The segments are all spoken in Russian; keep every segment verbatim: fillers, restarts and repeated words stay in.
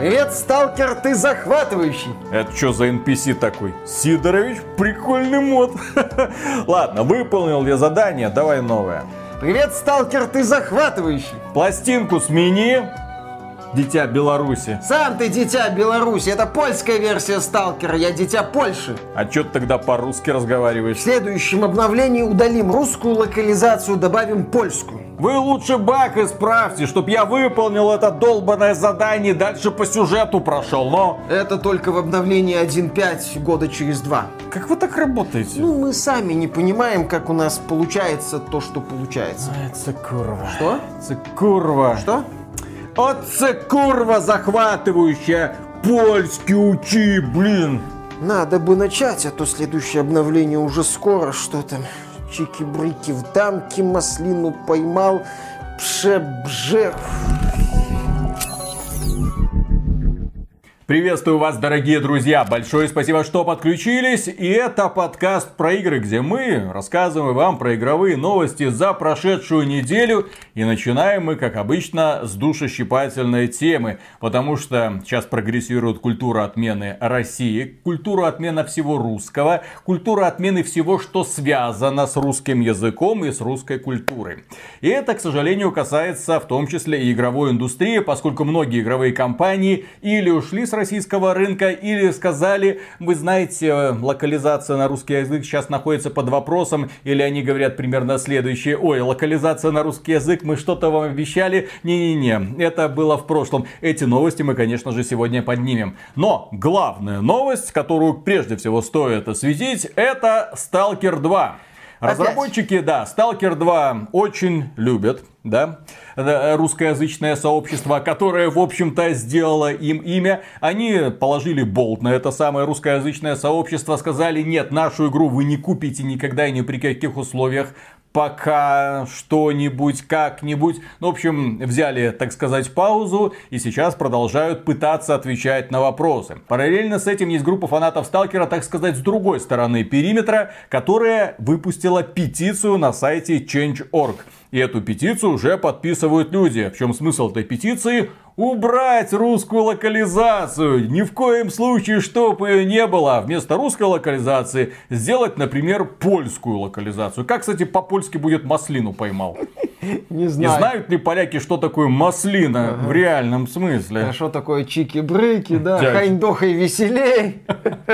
Привет, сталкер, ты захватывающий. Это что за эн пи си такой? Сидорович, прикольный мод. Ладно, выполнил я задание, давай новое. Привет, сталкер, ты захватывающий. Пластинку смени. Дитя Беларуси. Сам ты дитя Беларуси, это польская версия сталкера, я дитя Польши. А чё ты тогда по-русски разговариваешь? В следующем обновлении удалим русскую локализацию, добавим польскую. Вы лучше баг исправьте, чтоб я выполнил это долбанное задание и дальше по сюжету прошел, но... Это только в обновлении один точка пять года через два. Как вы так работаете? Ну, мы сами не понимаем, как у нас получается то, что получается. Это курва. Что? Это курва. Что? От це курва захватывающая. Польский учи, блин. Надо бы начать, а то следующее обновление уже скоро. Что там? Чики-брики в дамке, маслину поймал. Пше-бже. Приветствую вас, дорогие друзья! Большое спасибо, что подключились. И это подкаст про игры, где мы рассказываем вам про игровые новости за прошедшую неделю. И начинаем мы, как обычно, с душещипательной темы. Потому что сейчас прогрессирует культура отмены России, культура отмены всего русского, культура отмены всего, что связано с русским языком и с русской культурой. И это, к сожалению, касается в том числе и игровой индустрии, поскольку многие игровые компании или ушли с российского рынка, или сказали, вы знаете, локализация на русский язык сейчас находится под вопросом, или они говорят примерно следующее: ой, локализация на русский язык, мы что-то вам обещали, не-не-не, это было в прошлом. Эти новости мы, конечно же, сегодня поднимем. Но главная новость, которую прежде всего стоит осветить, это Сталкер два. Разработчики, да, Сталкер два очень любят, да, русскоязычное сообщество, которое, в общем-то, сделало им имя. Они положили болт на это самое русскоязычное сообщество, сказали: нет, нашу игру вы не купите никогда и ни при каких условиях. Пока что-нибудь, как-нибудь. Ну, в общем, взяли, так сказать, паузу и сейчас продолжают пытаться отвечать на вопросы. Параллельно с этим есть группа фанатов Сталкера, так сказать, с другой стороны периметра, которая выпустила петицию на сайте чендж точка орг. И эту петицию уже подписывают люди. В чем смысл этой петиции? Убрать русскую локализацию. Ни в коем случае, чтобы ее не было. Вместо русской локализации сделать, например, польскую локализацию. Как, кстати, по-польски будет маслину поймал? Не знаю. Не знают ли поляки, что такое маслина ага. в реальном смысле? А что такое чики-брыки, да? Хань-дохай веселей.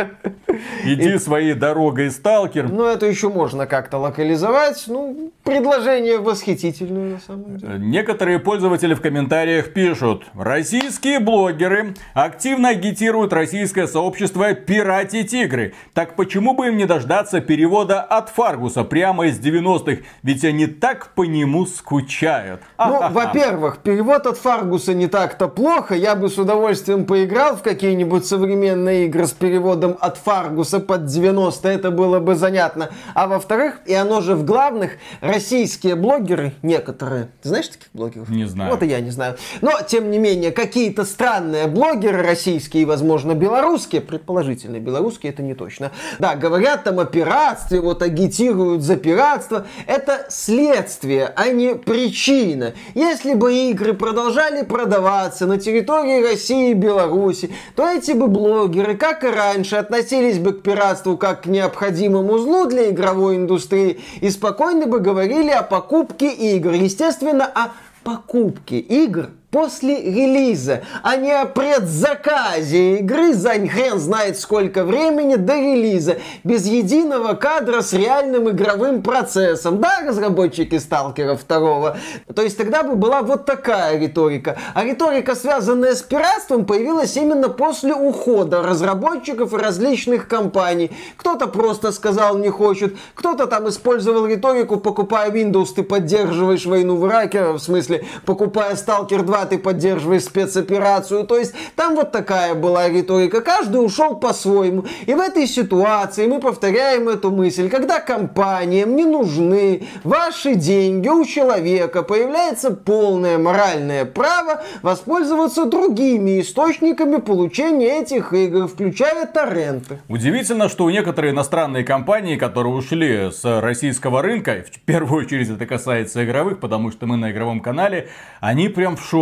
Иди И... своей дорогой, сталкер. Ну, это еще можно как-то локализовать. Ну, предложение восхитительное, на самом деле. Некоторые пользователи в комментариях пишут: российские блогеры активно агитируют российское сообщество пиратить игры. Так почему бы им не дождаться перевода от Фаргуса прямо из девяностых? Ведь они так по нему скучают. Ну, во-первых, перевод от Фаргуса не так-то плохо. Я бы с удовольствием поиграл в какие-нибудь современные игры с переводом от Фаргуса под девяностые. Это было бы занятно. А во-вторых, и оно же в главных, российские блогеры, некоторые, ты знаешь таких блогеров? Не знаю. Вот и я не знаю. Но, тем не менее, какие-то странные блогеры российские, возможно, белорусские, предположительно белорусские, это не точно, да, говорят там о пиратстве, вот агитируют за пиратство. Это следствие, а не причина. Если бы игры продолжали продаваться на территории России и Беларуси, то эти бы блогеры, как и раньше, относились бы к пиратству как к необходимому злу для игровой индустрии и спокойно бы говорили о покупке игр. Естественно, о покупке игр после релиза, а не о предзаказе игры за хрен знает сколько времени до релиза, без единого кадра с реальным игровым процессом. Да, разработчики Сталкера два? То есть тогда бы была вот такая риторика. А риторика, связанная с пиратством, появилась именно после ухода разработчиков и различных компаний. Кто-то просто сказал не хочет, кто-то там использовал риторику: покупая Windows, ты поддерживаешь войну в Ираке, в смысле, покупая Сталкер два, ты поддерживаешь спецоперацию. То есть там вот такая была риторика. Каждый ушел по-своему. И в этой ситуации мы повторяем эту мысль. Когда компаниям не нужны ваши деньги, у человека появляется полное моральное право воспользоваться другими источниками получения этих игр, включая торренты. Удивительно, что у некоторых иностранные компании, которые ушли с российского рынка, в первую очередь это касается игровых, потому что мы на игровом канале, они прям в шоке.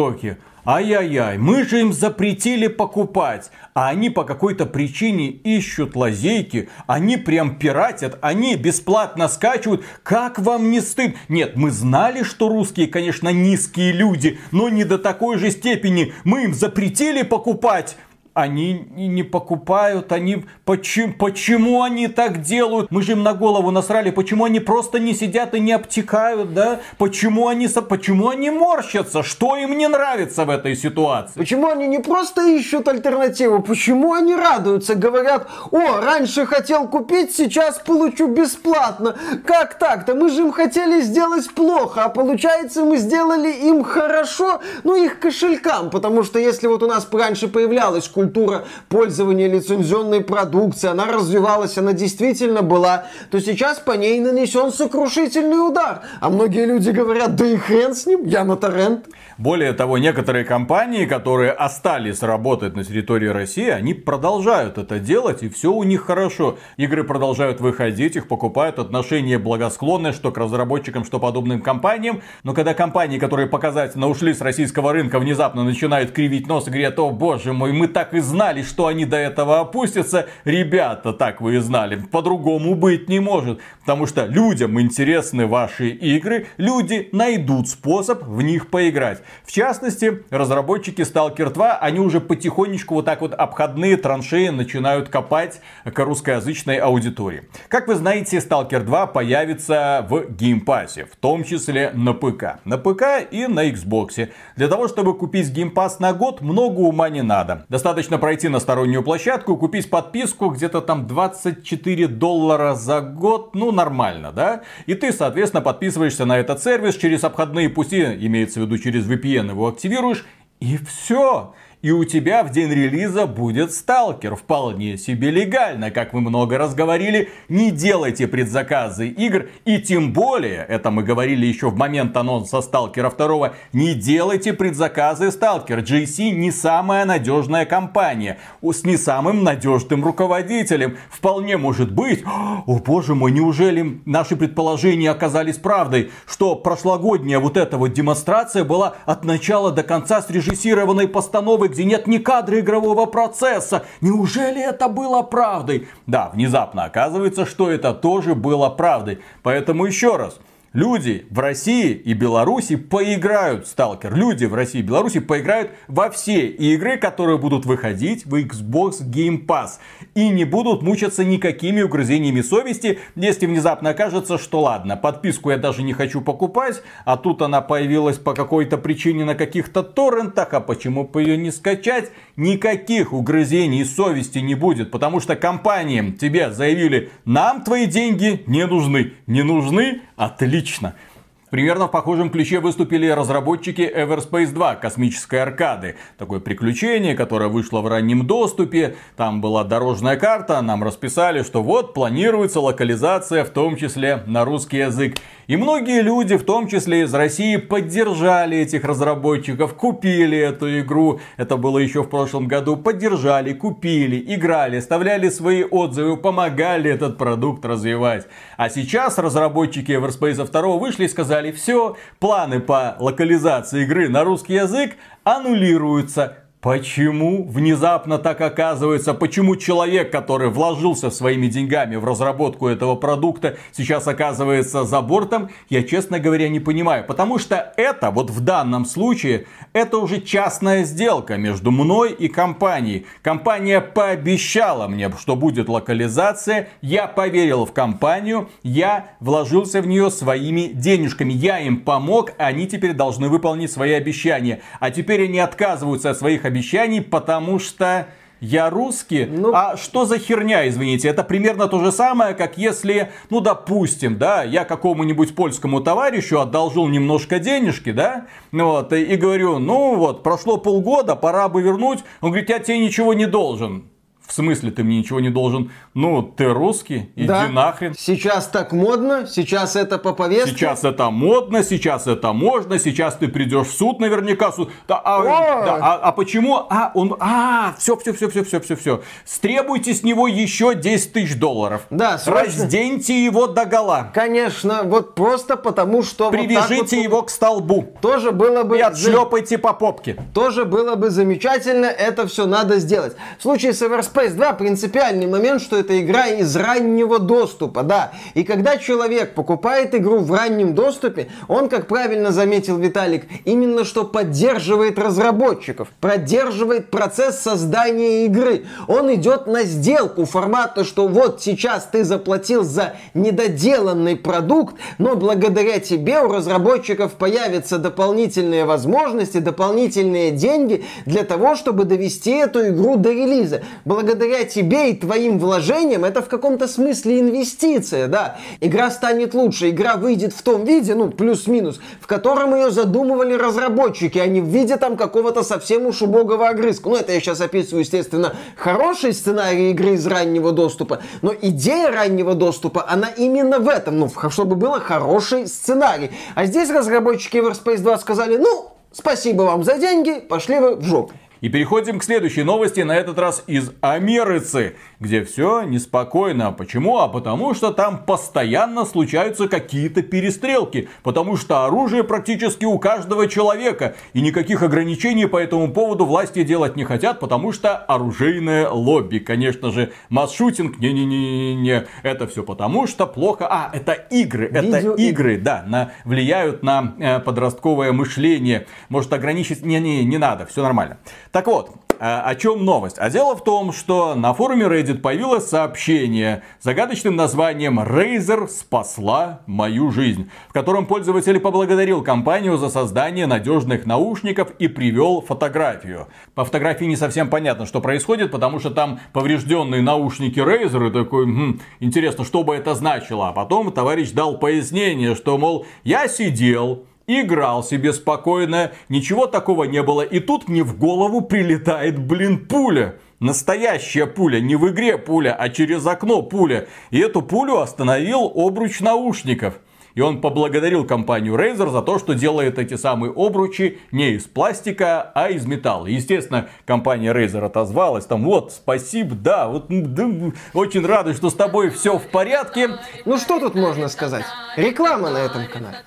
ТикТоке. Ай-яй-яй, мы же им запретили покупать, а они по какой-то причине ищут лазейки, они прям пиратят, они бесплатно скачивают. Как вам не стыд? Нет, мы знали, что русские, конечно, низкие люди, но не до такой же степени. Мы им запретили покупать. Они не покупают, они... Почему, почему они так делают? Мы же им на голову насрали. Почему они просто не сидят и не обтекают, да? Почему они, почему они морщатся? Что им не нравится в этой ситуации? Почему они не просто ищут альтернативу? Почему они радуются? Говорят, о, раньше хотел купить, сейчас получу бесплатно. Как так-то? Мы же им хотели сделать плохо, а получается мы сделали им хорошо, ну их кошелькам. Потому что если вот у нас раньше появлялась культура культура пользования лицензионной продукции, она развивалась, она действительно была, то сейчас по ней нанесен сокрушительный удар. А многие люди говорят, да и хрен с ним, я на торрент. Более того, некоторые компании, которые остались работать на территории России, они продолжают это делать, и все у них хорошо. Игры продолжают выходить, их покупают, отношение благосклонное, что к разработчикам, что подобным компаниям. Но когда компании, которые показательно ушли с российского рынка, внезапно начинают кривить нос и говорят, о боже мой, мы так и знали, что они до этого опустятся. Ребята, так вы и знали, по-другому быть не может. Потому что людям интересны ваши игры, люди найдут способ в них поиграть. В частности, разработчики Сталкер два, они уже потихонечку вот так вот обходные траншеи начинают копать к русскоязычной аудитории. Как вы знаете, Сталкер два появится в геймпассе, в том числе на ПК. На ПК и на Xbox. Для того, чтобы купить геймпасс на год, много ума не надо. Достаточно пройти на стороннюю площадку, купить подписку, где-то там двадцать четыре доллара за год, ну нормально, да? И ты, соответственно, подписываешься на этот сервис через обходные пути, имеется в виду через ви пи эн его активируешь, и все. И у тебя в день релиза будет Сталкер. Вполне себе легально, как мы много раз говорили. Не делайте предзаказы игр. И тем более, это мы говорили еще в момент анонса Сталкера два, не делайте предзаказы Сталкер. джей си не самая надежная компания. С не самым надежным руководителем. Вполне может быть, о боже мой, неужели наши предположения оказались правдой, что прошлогодняя вот эта вот демонстрация была от начала до конца срежиссированной постановой, где нет ни кадра игрового процесса. Неужели это было правдой? Да, внезапно оказывается, что это тоже было правдой. Поэтому еще раз. Люди в России и Беларуси поиграют в Сталкер. Люди в России и Беларуси поиграют во все игры, которые будут выходить в Xbox Game Pass. И не будут мучаться никакими угрызениями совести, если внезапно окажется, что ладно, подписку я даже не хочу покупать, а тут она появилась по какой-то причине на каких-то торрентах, а почему бы ее не скачать? Никаких угрызений совести не будет, потому что компаниям тебе заявили, нам твои деньги не нужны. Не нужны? Отлично. Примерно в похожем ключе выступили разработчики Everspace два, космической аркады. Такое приключение, которое вышло в раннем доступе. Там была дорожная карта, нам расписали, что вот планируется локализация, в том числе на русский язык. И многие люди, в том числе из России, поддержали этих разработчиков, купили эту игру. Это было еще в прошлом году. Поддержали, купили, играли, оставляли свои отзывы, помогали этот продукт развивать. А сейчас разработчики Everspace два вышли и сказали, все, планы по локализации игры на русский язык аннулируются. Почему внезапно так оказывается? Почему человек, который вложился своими деньгами в разработку этого продукта, сейчас оказывается за бортом? Я, честно говоря, не понимаю. Потому что это, вот в данном случае, это уже частная сделка между мной и компанией. Компания пообещала мне, что будет локализация. Я поверил в компанию. Я вложился в нее своими денежками. Я им помог. Они теперь должны выполнить свои обещания. А теперь они отказываются от своих обещаний, потому что я русский. Ну... А что за херня, извините? Это примерно то же самое, как если, ну допустим, да, я какому-нибудь польскому товарищу одолжил немножко денежки, да, вот, и говорю, ну вот, прошло полгода, пора бы вернуть. Он говорит, я тебе ничего не должен. В смысле, ты мне ничего не должен? Ну, ты русский? Иди да. нахрен. Сейчас так модно, сейчас это по повестке. Сейчас это модно, сейчас это можно, сейчас ты придешь в суд наверняка. Суд. Да, а, да, а, а почему? А, он, а, все, все, все, все, все, все, все. Стребуйте с него еще десять тысяч долларов. Да, срочно. Разденьте его догола. Конечно, вот просто потому, что... Привяжите вот вот его к столбу. Тоже было бы... И отшлепайте по попке. Тоже было бы замечательно, это все надо сделать. В случае с Everspace два принципиальный момент, что это игра из раннего доступа, да. И когда человек покупает игру в раннем доступе, он, как правильно заметил Виталик, именно что поддерживает разработчиков, поддерживает процесс создания игры. Он идет на сделку формата, что вот сейчас ты заплатил за недоделанный продукт, но благодаря тебе у разработчиков появятся дополнительные возможности, дополнительные деньги для того, чтобы довести эту игру до релиза. Благодаря тебе и твоим вложениям это в каком-то смысле инвестиция, да. Игра станет лучше, игра выйдет в том виде, ну, плюс-минус, в котором ее задумывали разработчики, а не в виде там какого-то совсем уж убогого огрызка. Ну, это я сейчас описываю, естественно, хороший сценарий игры из раннего доступа, но идея раннего доступа, она именно в этом, ну, чтобы был хороший сценарий. А здесь разработчики Everspace два сказали, ну, спасибо вам за деньги, пошли вы в жопу. И переходим к следующей новости, на этот раз из Америцы, где все неспокойно. Почему? А потому что там постоянно случаются какие-то перестрелки. Потому что оружие практически у каждого человека. И никаких ограничений по этому поводу власти делать не хотят, потому что оружейное лобби. Конечно же, масс-шутинг, не-не-не-не. Это все потому что плохо. А, это игры, это Видео... игры, да, на... влияют на э, подростковое мышление. Может ограничить? Не-не, не надо, все нормально. Так вот, о чем новость? А дело в том, что на форуме Reddit появилось сообщение с загадочным названием «Razer спасла мою жизнь», в котором пользователь поблагодарил компанию за создание надежных наушников и привел фотографию. По фотографии не совсем понятно, что происходит, потому что там поврежденные наушники Razer, и такой, хм, интересно, что бы это значило. А потом товарищ дал пояснение, что, мол, я сидел... играл себе спокойно, ничего такого не было. И тут мне в голову прилетает, блин, пуля. Настоящая пуля, не в игре пуля, а через окно пуля. И эту пулю остановил обруч наушников. И он поблагодарил компанию Razer за то, что делает эти самые обручи не из пластика, а из металла. Естественно, компания Razer отозвалась, там, вот, спасибо, да, вот, да, очень рада, что с тобой все в порядке. Ну что тут можно сказать? Реклама на этом канале.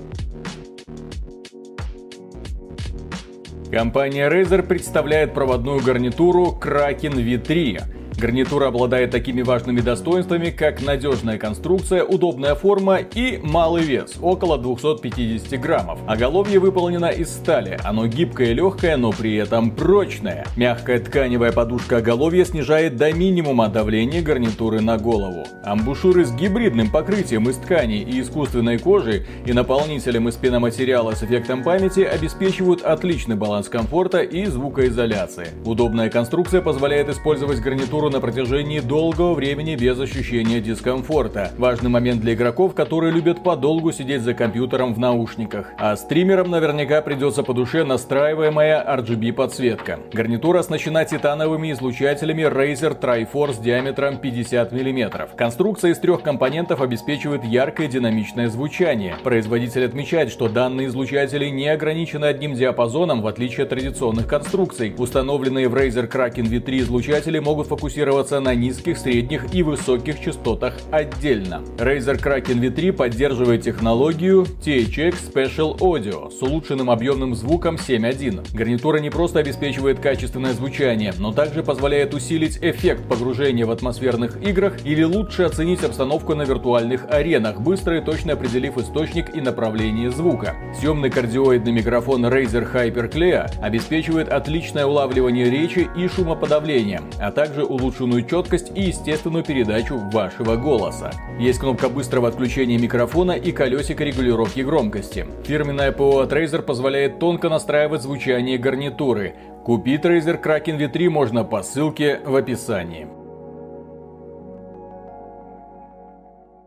Компания Razer представляет проводную гарнитуру Kraken ви три. Гарнитура обладает такими важными достоинствами, как надежная конструкция, удобная форма и малый вес, около двухсот пятидесяти граммов. Оголовье выполнено из стали, оно гибкое и легкое, но при этом прочное. Мягкая тканевая подушка оголовья снижает до минимума давление гарнитуры на голову. Амбушюры с гибридным покрытием из ткани и искусственной кожи и наполнителем из пеноматериала с эффектом памяти обеспечивают отличный баланс комфорта и звукоизоляции. Удобная конструкция позволяет использовать гарнитуру на протяжении долгого времени без ощущения дискомфорта. Важный момент для игроков, которые любят подолгу сидеть за компьютером в наушниках. А стримерам наверняка придется по душе настраиваемая ар джи би подсветка. Гарнитура оснащена титановыми излучателями Razer Triforce диаметром пятьдесят миллиметров. Конструкция из трех компонентов обеспечивает яркое динамичное звучание. Производитель отмечает, что данные излучатели не ограничены одним диапазоном, в отличие от традиционных конструкций. Установленные в Razer Kraken ви три излучатели могут фокусироваться на низких, средних и высоких частотах отдельно. Razer Kraken ви три поддерживает технологию ти эйч экс Special Audio с улучшенным объемным звуком семь точка один. Гарнитура не просто обеспечивает качественное звучание, но также позволяет усилить эффект погружения в атмосферных играх или лучше оценить обстановку на виртуальных аренах, быстро и точно определив источник и направление звука. Съемный кардиоидный микрофон Razer HyperClear обеспечивает отличное улавливание речи и шумоподавление, а также улучшенную четкость и естественную передачу вашего голоса. Есть кнопка быстрого отключения микрофона и колесико регулировки громкости. Фирменное ПО от Razer позволяет тонко настраивать звучание гарнитуры. Купить Razer Kraken ви три можно по ссылке в описании.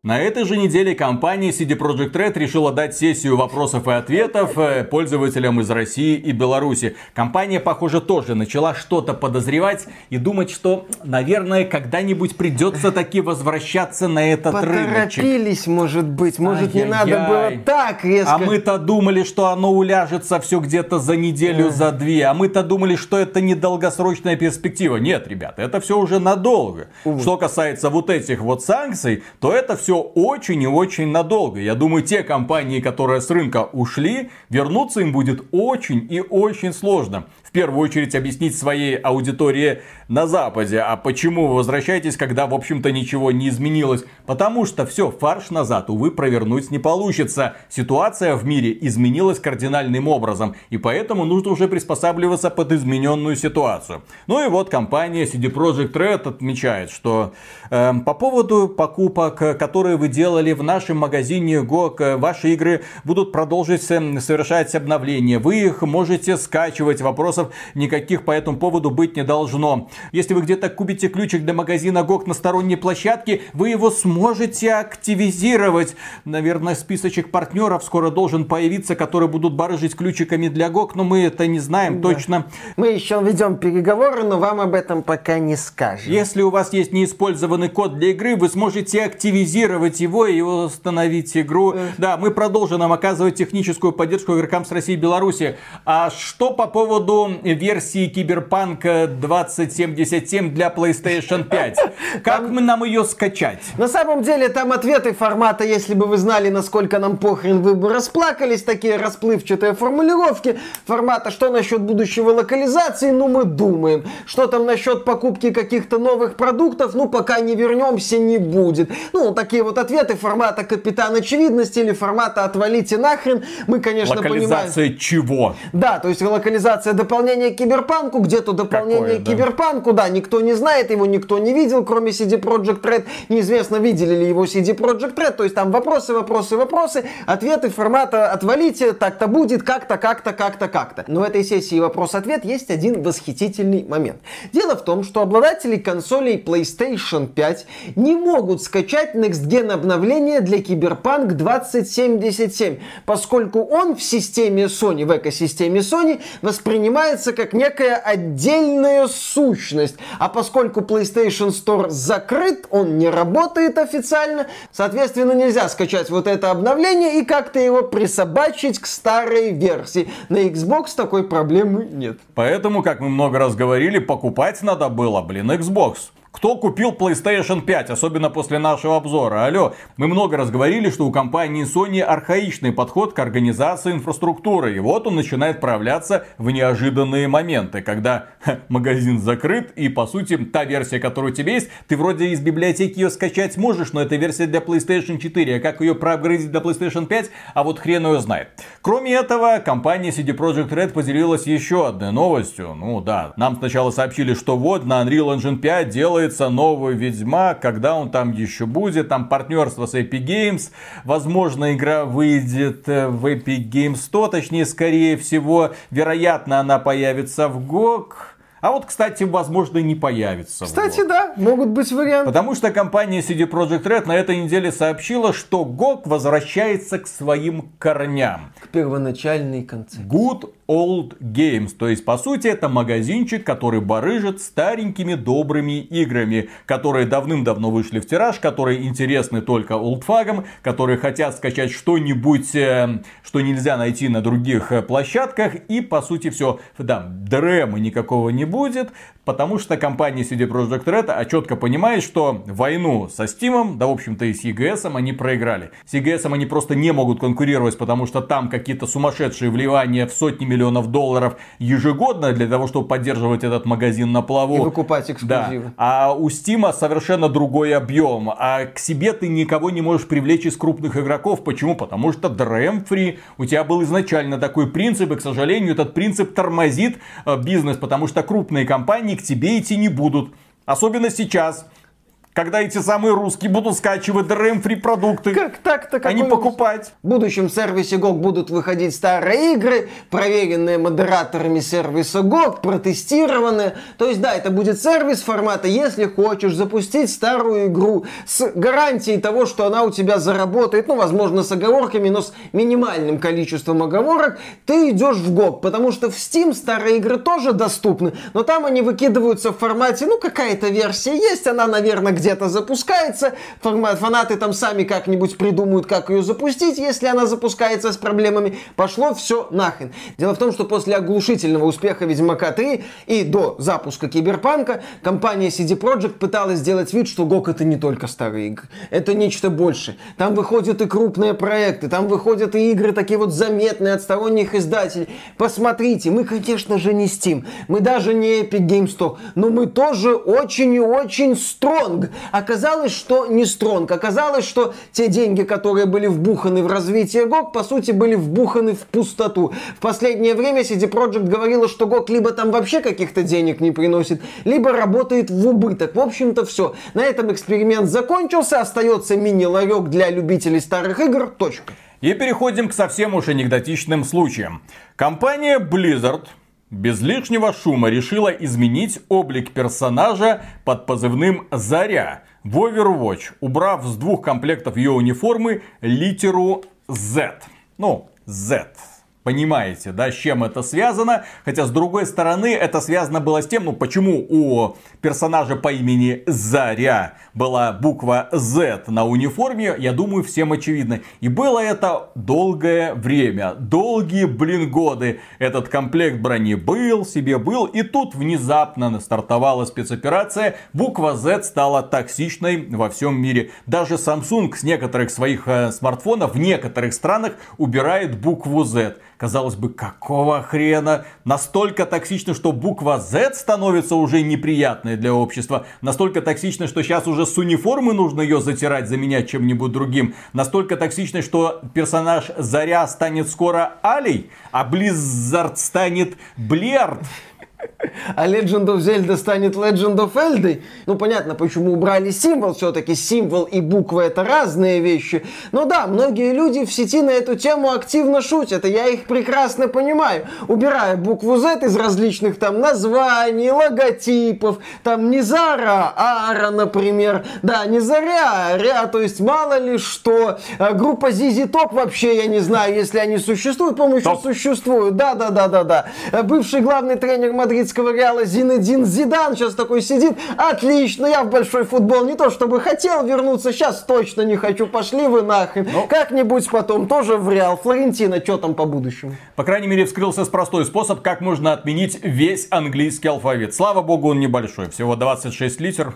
На этой же неделе компания си ди Projekt Red решила дать сессию вопросов и ответов пользователям из России и Беларуси. Компания, похоже, тоже начала что-то подозревать и думать, что, наверное, когда-нибудь придется таки возвращаться на этот рыночек. Поторопились, может быть, может не надо было так резко. А мы-то думали, что оно уляжется все где-то за неделю, за две. А мы-то думали, что это не долгосрочная перспектива. Нет, ребята, это все уже надолго. Увы. Что касается вот этих вот санкций, то это все очень и очень надолго. Я думаю, те компании, которые с рынка ушли, вернуться им будет очень и очень сложно. В первую очередь объяснить своей аудитории на Западе. А почему вы возвращаетесь, когда, в общем-то, ничего не изменилось? Потому что все, фарш назад, увы, провернуть не получится. Ситуация в мире изменилась кардинальным образом. И поэтому нужно уже приспосабливаться под измененную ситуацию. Ну и вот компания си ди Projekt Red отмечает, что э, по поводу покупок, которые вы делали в нашем магазине джи о джи, ваши игры будут продолжить совершать обновления. Вы их можете скачивать. Вопросов никаких по этому поводу быть не должно. Если вы где-то купите ключик для магазина джи о джи на сторонней площадке, вы его сможете активизировать. Наверное, списочек партнеров скоро должен появиться, которые будут барыжить ключиками для джи о джи, но мы это не знаем да. точно. Мы еще ведем переговоры, но вам об этом пока не скажем. Если у вас есть неиспользованный код для игры, вы сможете активизировать его и установить игру. Mm. Да, мы продолжим нам оказывать техническую поддержку игрокам с России и Беларуси. А что по поводу версии Киберпанк двадцать семьдесят семь для PlayStation пять? Как мы нам ее скачать? На самом деле там ответы формата, если бы вы знали, насколько нам похрен, вы бы расплакались, такие расплывчатые формулировки формата, что насчет будущего локализации, ну мы думаем. Что там насчет покупки каких-то новых продуктов, ну пока не вернемся, не будет. Ну, такие вот ответы формата Капитан Очевидности или формата отвалите нахрен. Мы, конечно, локализация понимаем... чего? Да, то есть локализация дополнения к Киберпанку, где-то дополнение Какое, к Киберпанку, да? да, никто не знает, его никто не видел, кроме си ди Projekt Red. Неизвестно, видели ли его си ди Projekt Red, то есть там вопросы, вопросы, вопросы, ответы формата отвалите, так-то будет, как-то, как-то, как-то, как-то. Но в этой сессии вопрос-ответ есть один восхитительный момент. Дело в том, что обладатели консолей PlayStation пять не могут скачать Next Gen обновление для Киберпанк двадцать семьдесят семь, поскольку он в системе Sony, в экосистеме Sony, воспринимается как некая отдельная сущность. А поскольку PlayStation Store закрыт, он не работает официально, соответственно, нельзя скачать вот это обновление и как-то его присобачить к старой версии. На Xbox такой проблемы нет. Поэтому, как мы много раз говорили, покупать надо было, блин, Xbox. Кто купил PlayStation пять, особенно после нашего обзора? Алло, мы много раз говорили, что у компании Sony архаичный подход к организации инфраструктуры. И вот он начинает проявляться в неожиданные моменты, когда ха, магазин закрыт, и по сути та версия, которая у тебя есть, ты вроде из библиотеки ее скачать можешь, но это версия для PlayStation четыре. А как ее проапгрейдить для PlayStation пять, а вот хрен ее знает. Кроме этого, компания си ди Projekt Red поделилась еще одной новостью. Ну да, нам сначала сообщили, что вот на Unreal Engine пять делает новый Ведьмак, когда он там еще будет, там партнерство с Epic Games, возможно, игра выйдет в Epic Games сто, точнее, скорее всего, вероятно, она появится в джи о джи. А вот, кстати, возможно, не появится. Кстати, да, могут быть варианты. Потому что компания си ди Projekt Red на этой неделе сообщила, что джи о джи возвращается к своим корням. К первоначальной концепции. Good Old Games. То есть, по сути, это магазинчик, который барыжит старенькими добрыми играми, которые давным-давно вышли в тираж, которые интересны только олдфагам, которые хотят скачать что-нибудь, что нельзя найти на других площадках. И, по сути, все. Да, дрема никакого не будет, потому что компания си ди Projekt Red четко понимает, что войну со Steam, да, в общем-то, и с и джи эс они проиграли. С и джи эс они просто не могут конкурировать, потому что там какие-то сумасшедшие вливания в сотни миллионов долларов ежегодно для того, чтобы поддерживать этот магазин на плаву. И выкупать эксклюзивы. Да. А у Steam совершенно другой объем. А к себе ты никого не можешь привлечь из крупных игроков. Почему? Потому что дрем-фри. У тебя был изначально такой принцип, и, к сожалению, этот принцип тормозит бизнес, потому что крупные компании к тебе идти не будут. Особенно сейчас. Когда эти самые русские будут скачивать ди ар эм-фри продукты, как так-то, а не покупать. В будущем сервисе джи о джи будут выходить старые игры, проверенные модераторами сервиса джи о джи, протестированные. То есть, да, это будет сервис формата, если хочешь запустить старую игру с гарантией того, что она у тебя заработает, ну, возможно, с оговорками, но с минимальным количеством оговорок, ты идешь в джи о джи, потому что в Steam старые игры тоже доступны, но там они выкидываются в формате, ну, какая-то версия есть, она, наверное, где-то запускается, фанаты там сами как-нибудь придумают, как ее запустить, если она запускается с проблемами. Пошло все нахрен. Дело в том, что после оглушительного успеха Ведьмака три и до запуска Киберпанка компания си ди Projekt пыталась сделать вид, что джи о джи это не только старые игры, это нечто больше. Там выходят и крупные проекты, там выходят и игры такие вот заметные от сторонних издателей. Посмотрите, мы, конечно же, не Steam, мы даже не Epic Games Store, но мы тоже очень и очень стронг. Оказалось, что не стронг. Оказалось, что те деньги, которые были вбуханы в развитие джи о джи, по сути, были вбуханы в пустоту. В последнее время си ди Projekt говорила, что джи о джи либо там вообще каких-то денег не приносит, либо работает в убыток. В общем-то, все. На этом эксперимент закончился. Остается мини-ларек для любителей старых игр. Точка. И переходим к совсем уж анекдотичным случаям. Компания Blizzard без лишнего шума решила изменить облик персонажа под позывным «Заря» в Overwatch, убрав с двух комплектов ее униформы литеру Z. Ну, Z. Понимаете, да, с чем это связано? Хотя, с другой стороны, это связано было с тем, ну, почему у персонажа по имени Заря была буква Z на униформе, я думаю, всем очевидно. И было это долгое время, долгие, блин, годы. Этот комплект брони был, себе был, и тут внезапно стартовала спецоперация, буква Z стала токсичной во всем мире. Даже Samsung с некоторых своих э, смартфонов в некоторых странах убирает букву Z. Казалось бы, какого хрена? Настолько токсично, что буква Z становится уже неприятной для общества. Настолько токсично, что сейчас уже с униформы нужно ее затирать, заменять чем-нибудь другим. Настолько токсично, что персонаж Заря станет скоро Алей, а Blizzard станет Блерд. А Legend of Zelda станет Legend of Эльдой. Ну, понятно, почему убрали символ. Все-таки символ и буква — это разные вещи. Но да, многие люди в сети на эту тему активно шутят, и я их прекрасно понимаю. Убирая букву Z из различных там названий, логотипов, там не Зара, а Ара, например. Да, не Заря, а Ря, то есть мало ли что. Группа зет зет Top вообще, я не знаю, если они существуют, по-моему, еще существуют. Да-да-да-да-да. Бывший главный тренер мадридского Реала Зинедин Зидан сейчас такой сидит. Отлично, я в большой футбол не то чтобы хотел вернуться, сейчас точно не хочу, пошли вы нахрен. Ну, как-нибудь потом тоже в Реал. Флорентино, что там по будущему? По крайней мере, вскрылся простой способ, как можно отменить весь английский алфавит. Слава богу, он небольшой, всего двадцать шесть литер.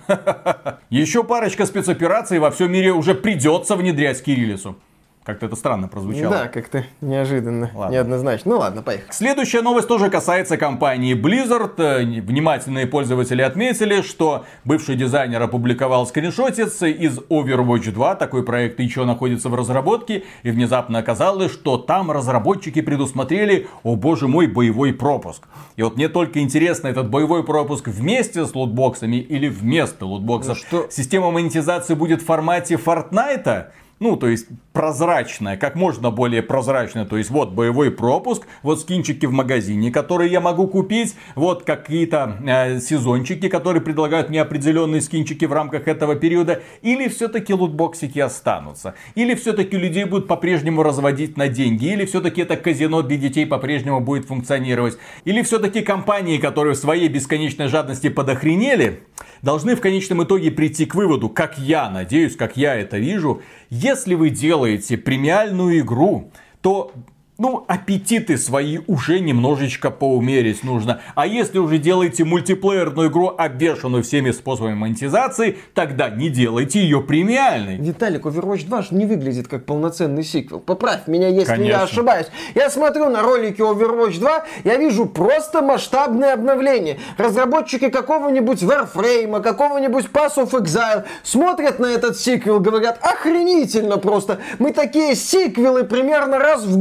Еще парочка спецопераций во всем мире уже придется внедрять кириллицу. Как-то это странно прозвучало. Да, как-то неожиданно, ладно. Неоднозначно. Ну ладно, поехали. Следующая новость тоже касается компании Blizzard. Внимательные пользователи отметили, что бывший дизайнер опубликовал скриншотец из Overwatch два. Такой проект еще находится в разработке. И внезапно оказалось, что там разработчики предусмотрели, о боже мой, боевой пропуск. И вот мне только интересно, этот боевой пропуск вместе с лутбоксами или вместо лутбоксов? Ну, что... Система монетизации будет в формате Fortnite? Ну, то есть прозрачная, как можно более прозрачная. То есть вот боевой пропуск, вот скинчики в магазине, которые я могу купить, вот какие-то э, сезончики, которые предлагают мне определенные скинчики в рамках этого периода. Или все-таки лутбоксики останутся. Или все-таки людей будут по-прежнему разводить на деньги. Или все-таки это казино для детей по-прежнему будет функционировать. Или все-таки компании, которые в своей бесконечной жадности подохренели, должны в конечном итоге прийти к выводу, как я надеюсь, как я это вижу. Если вы делаете премиальную игру, то, ну, аппетиты свои уже немножечко поумерить нужно. А если уже делаете мультиплеерную игру, обвешанную всеми способами монетизации, тогда не делайте ее премиальной. Виталик, Overwatch два же не выглядит как полноценный сиквел. Поправь меня, если Конечно. я ошибаюсь. Я смотрю на ролики Overwatch два, я вижу просто масштабное обновление. Разработчики какого-нибудь Warframe, какого-нибудь Pass of Exile смотрят на этот сиквел, говорят, охренительно просто. Мы такие сиквелы примерно раз в год, раз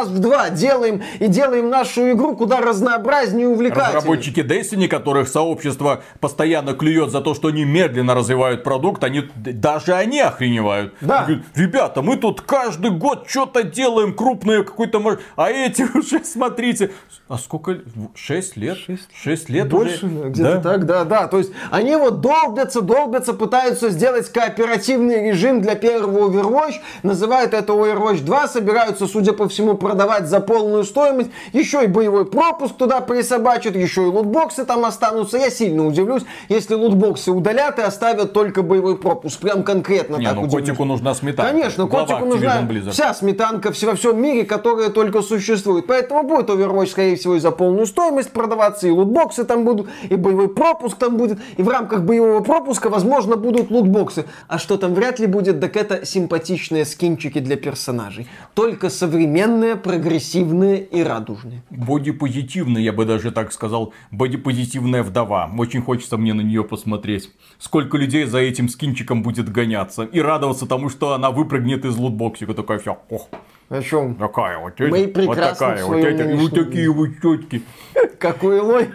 раз в два делаем и делаем нашу игру куда разнообразнее и увлекательнее. Разработчики Destiny, которых сообщество постоянно клюет за то, что они медленно развивают продукт, они, даже они охреневают. Да. Говорят, ребята, мы тут каждый год что-то делаем крупное, какой-то... А эти уже, смотрите... А сколько? Шесть лет? Шесть, Шесть лет Больше, уже? где-то Да? так, да, да. То есть они вот долбятся, долбятся, пытаются сделать кооперативный режим для первого Overwatch, называют это Overwatch два, собираются, судя по всему, продавать за полную стоимость, еще и боевой пропуск туда присобачат, еще и лутбоксы там останутся. Я сильно удивлюсь, если лутбоксы удалят и оставят только боевой пропуск. Прям конкретно Не, так ну удивлюсь. котику нужна сметанка. Конечно, Глава котику нужна Activision Blizzard. вся сметанка во всем мире, которая только существует. Поэтому будет Overwatch, скорее всего, и за полную стоимость продаваться, и лутбоксы там будут, и боевой пропуск там будет, и в рамках боевого пропуска, возможно, будут лутбоксы. А что там вряд ли будет, так это симпатичные скинчики для персонажей. Только современные, прогрессивные и радужные. Бодипозитивная, я бы даже так сказал, бодипозитивная вдова. Очень хочется мне на нее посмотреть. Сколько людей за этим скинчиком будет гоняться и радоваться тому, что она выпрыгнет из лутбоксика. Такая вся, ох, О чем? такая вот, Мы эти, вот прекрасно такая в вот, своем эти, вот нынешнем такие вот тетки. Какой лой.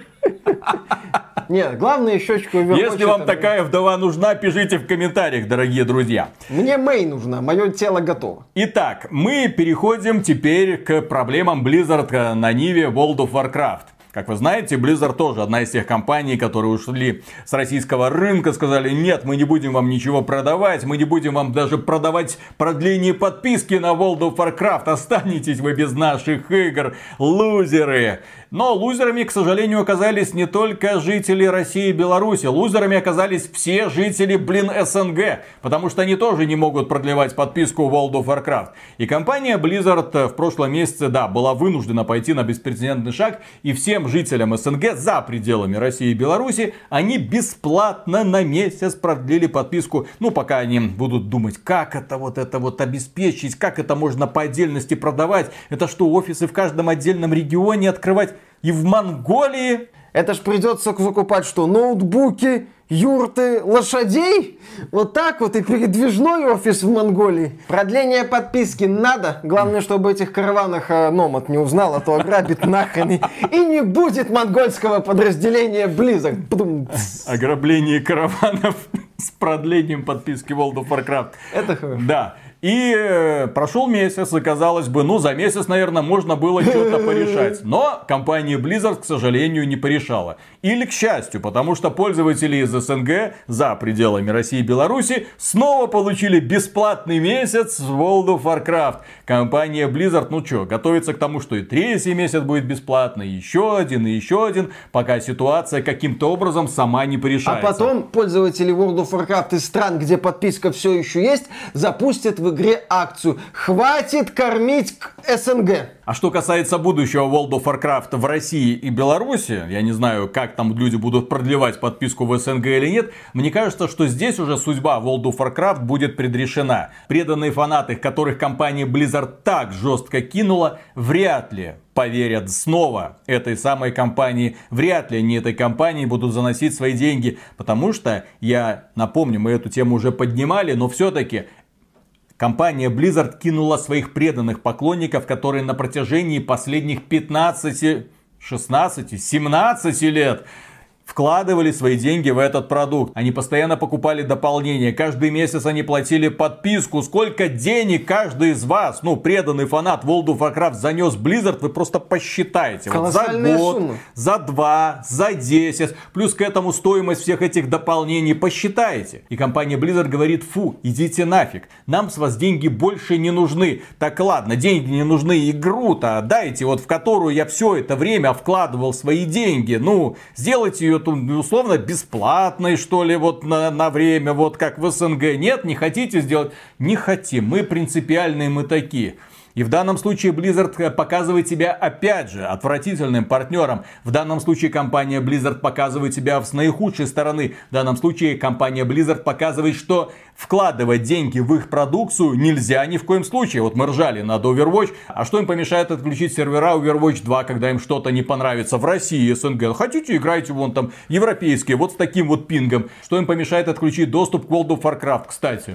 Нет, главное щечку Overwatch. Если вам это- такая вдова нужна, пишите в комментариях, дорогие друзья. Мне Мэй нужна, мое тело готово. Итак, мы переходим теперь к проблемам Blizzard на ниве World of Warcraft. Как вы знаете, Blizzard тоже одна из тех компаний, которые ушли с российского рынка, сказали: нет, мы не будем вам ничего продавать, мы не будем вам даже продавать продление подписки на World of Warcraft, останетесь вы без наших игр, лузеры. Но лузерами, к сожалению, оказались не только жители России и Беларуси. Лузерами оказались все жители, блин, СНГ. Потому что они тоже не могут продлевать подписку World of Warcraft. И компания Blizzard в прошлом месяце, да, была вынуждена пойти на беспрецедентный шаг. И всем жителям СНГ за пределами России и Беларуси они бесплатно на месяц продлили подписку. Ну, пока они будут думать, как это вот это вот обеспечить, как это можно по отдельности продавать. Это что, офисы в каждом отдельном регионе открывать? И в Монголии? Это ж придется закупать что? Ноутбуки, юрты, лошадей? Вот так вот и передвижной офис в Монголии. Продление подписки надо. Главное, чтобы этих караванах э, Номад не узнал, а то ограбит нахрен. И, и не будет монгольского подразделения Blizzard. Пдум. Ограбление караванов с продлением подписки World of Warcraft. Это хорошо. Да. И э, прошел месяц, и казалось бы, ну за месяц, наверное, можно было что-то порешать. Но компания Blizzard, к сожалению, не порешала. Или к счастью, потому что пользователи из СНГ за пределами России и Беларуси снова получили бесплатный месяц в World of Warcraft. Компания Blizzard, ну что, готовится к тому, что и третий месяц будет бесплатный, еще один, и еще один, пока ситуация каким-то образом сама не А порешается. потом пользователи World of Warcraft из стран, где подписка все еще есть, запустят в игре акцию «Хватит кормить к СНГ». А что касается будущего World of Warcraft в России и Беларуси, я не знаю, как там люди будут продлевать подписку в СНГ или нет, мне кажется, что здесь уже судьба World of Warcraft будет предрешена. Преданные фанаты, которых компания Blizzard так жестко кинула, вряд ли поверят снова этой самой компании. Вряд ли они этой компании будут заносить свои деньги. Потому что, я напомню, мы эту тему уже поднимали, но все-таки компания Blizzard кинула своих преданных поклонников, которые на протяжении последних пятнадцати, шестнадцати, семнадцати лет вкладывали свои деньги в этот продукт. Они постоянно покупали дополнения. Каждый месяц они платили подписку. Сколько денег каждый из вас, ну, преданный фанат World of Warcraft, занес Blizzard, вы просто посчитайте. Вот за год, суммы. за два, за десять. Плюс к этому стоимость всех этих дополнений. Посчитайте. И компания Blizzard говорит: фу, идите нафиг. Нам с вас деньги больше не нужны. Так ладно, деньги не нужны, игру-то дайте, вот в которую я все это время вкладывал свои деньги. Ну, сделайте ее условно бесплатной, что ли, вот на, на время, вот как в СНГ. Нет, не хотите сделать? Не хотим. Мы принципиальные, мы такие. И в данном случае Blizzard показывает себя опять же отвратительным партнером. В данном случае компания Blizzard показывает себя с наихудшей стороны. В данном случае компания Blizzard показывает, что вкладывать деньги в их продукцию нельзя ни в коем случае. Вот мы ржали над Overwatch. А что им помешает отключить сервера Overwatch два, когда им что-то не понравится в России и СНГ? Хотите, играйте вон там европейские, вот с таким вот пингом. Что им помешает отключить доступ к World of Warcraft, кстати?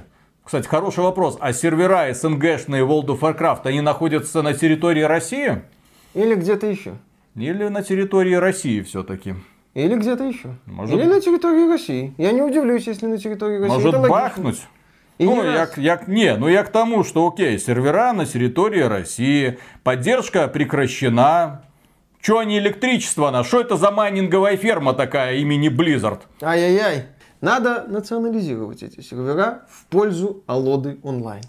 Кстати, хороший вопрос. А сервера СНГшные World of Warcraft, они находятся на территории России? Или где-то еще? Или на территории России все-таки? Или где-то еще. Может... Или на территории России. Я не удивлюсь, если на территории России. Может бахнуть? И ну, не я, я, не, ну я к тому, что окей, сервера на территории России, поддержка прекращена. Че они электричество на? Что это за майнинговая ферма такая имени Blizzard? Ай-яй-яй. Надо национализировать эти сервера в пользу Алоды онлайн.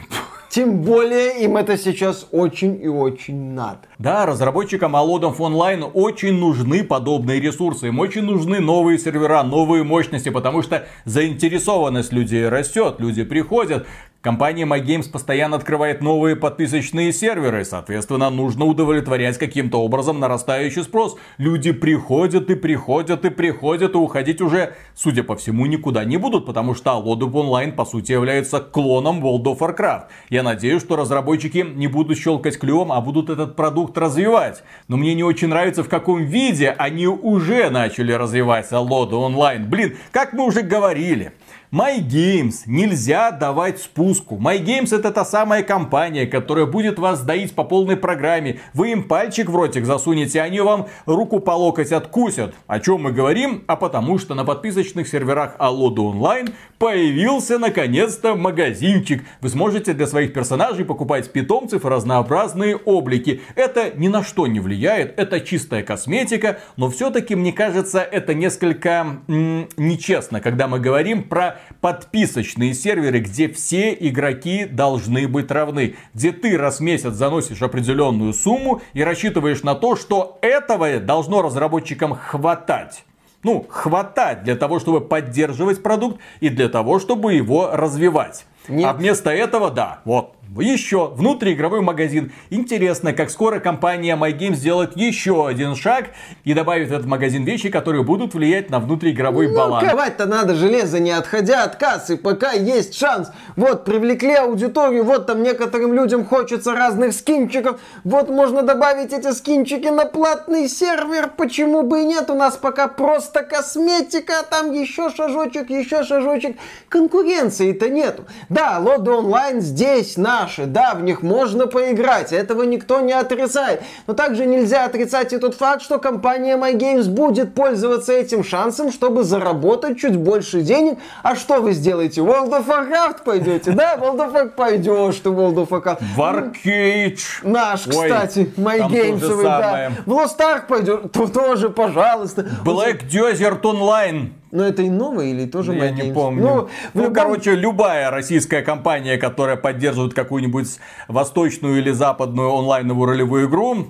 Тем более им это сейчас очень и очень надо. Да, разработчикам Алодов онлайн очень нужны подобные ресурсы. Им очень нужны новые сервера, новые мощности, потому что заинтересованность людей растет, люди приходят. Компания MyGames постоянно открывает новые подписочные серверы. Соответственно, нужно удовлетворять каким-то образом нарастающий спрос. Люди приходят и приходят и приходят, и уходить уже, судя по всему, никуда не будут, потому что Allodo онлайн, по сути, является клоном World of Warcraft. Я надеюсь, что разработчики не будут щелкать клювом, а будут этот продукт развивать. Но мне не очень нравится, в каком виде они уже начали развивать Allodo онлайн. Блин, как мы уже говорили. MyGames нельзя давать спуску. MyGames это та самая компания, которая будет вас доить по полной программе. Вы им пальчик в ротик засунете, они вам руку по локоть откусят. О чем мы говорим? А потому что на подписочных серверах Allodo онлайн появился наконец-то магазинчик. Вы сможете для своих персонажей покупать питомцев и разнообразные облики. Это ни на что не влияет, это чистая косметика, но все-таки, мне кажется, это несколько м- нечестно, когда мы говорим про подписочные серверы, где все игроки должны быть равны. Где ты раз в месяц заносишь определенную сумму и рассчитываешь на то, что этого должно разработчикам хватать. Ну, хватать для того, чтобы поддерживать продукт и для того, чтобы его развивать. Нет. А вместо этого, да, вот. Еще внутриигровой магазин. Интересно, как скоро компания MyGames сделает еще один шаг и добавит в этот магазин вещи, которые будут влиять на внутриигровой ну, баланс. Ковать-то надо железо, не отходя от кассы, пока есть шанс. Вот, привлекли аудиторию, вот там некоторым людям хочется разных скинчиков. Вот, можно добавить эти скинчики на платный сервер. Почему бы и нет? У нас пока просто косметика, а там еще шажочек, еще шажочек. Конкуренции-то нету. Да, Allodo онлайн здесь, на Наши, да, в них можно поиграть, этого никто не отрицает. Но также нельзя отрицать и тот факт, что компания MyGames будет пользоваться этим шансом, чтобы заработать чуть больше денег. А что вы сделаете? World of Warcraft пойдете? Да, World of Warcraft пойдешь ты, World of Warcraft. В Arcade. Наш, кстати, MyGames'овый, да. В Lost Ark пойдешь? То тоже, пожалуйста. Black Desert Online. Но это и новое или тоже Я MyGames? не помню. Ну, ну любом... короче, любая российская компания, которая поддерживает какую-нибудь восточную или западную онлайновую ролевую игру,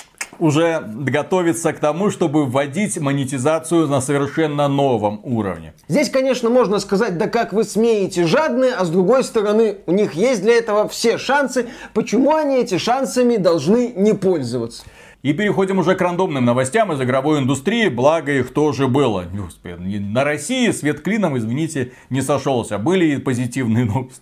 уже готовится к тому, чтобы вводить монетизацию на совершенно новом уровне. Здесь, конечно, можно сказать, да как вы смеете, жадные, а с другой стороны, у них есть для этого все шансы. Почему они эти шансами должны не пользоваться? И переходим уже к рандомным новостям из игровой индустрии, благо их тоже было. Господи, на России свет клином, извините, не сошелся. Были и позитивные новости.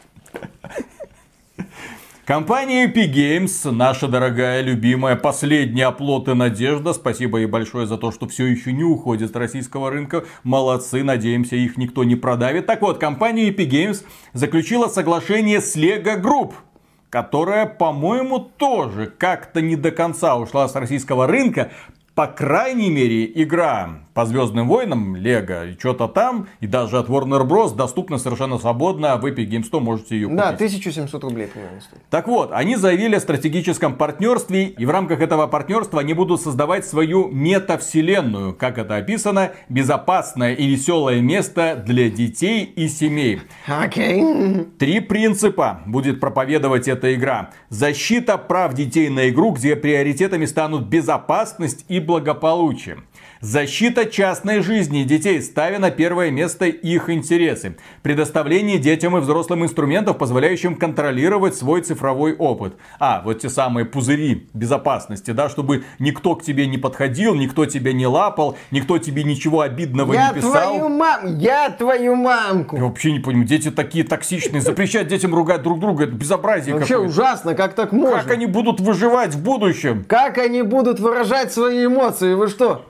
Компания Epic Games, наша дорогая, любимая, последняя оплот и надежда. Спасибо ей большое за то, что все еще не уходит с российского рынка. Молодцы, надеемся, их никто не продавит. Так вот, компания Epic Games заключила соглашение с Lego Group, которая, по-моему, тоже как-то не до конца ушла с российского рынка. По крайней мере, игра по Звездным войнам, Лего и что-то там, и даже от Warner Bros. Доступна совершенно свободно. В Epic Games Store можете ее купить. Да, тысяча семьсот рублей примерно стоит. Так вот, они заявили о стратегическом партнерстве, и в рамках этого партнерства они будут создавать свою метавселенную. Как это описано, безопасное и веселое место для детей и семей. Окей. Okay. Три принципа будет проповедовать эта игра. Защита прав детей на игру, где приоритетами станут безопасность и благополучие. Защита частной жизни детей, ставя на первое место их интересы. Предоставление детям и взрослым инструментов, позволяющим контролировать свой цифровой опыт. А, вот те самые пузыри безопасности, да, чтобы никто к тебе не подходил, никто тебя не лапал, никто тебе ничего обидного я не писал. Я твою мам, я твою мамку. Я вообще не понимаю, дети такие токсичные, запрещать детям ругать друг друга, это безобразие вообще какое-то. Ужасно, как так можно? Как они будут выживать в будущем? Как они будут выражать свои эмоции, вы что?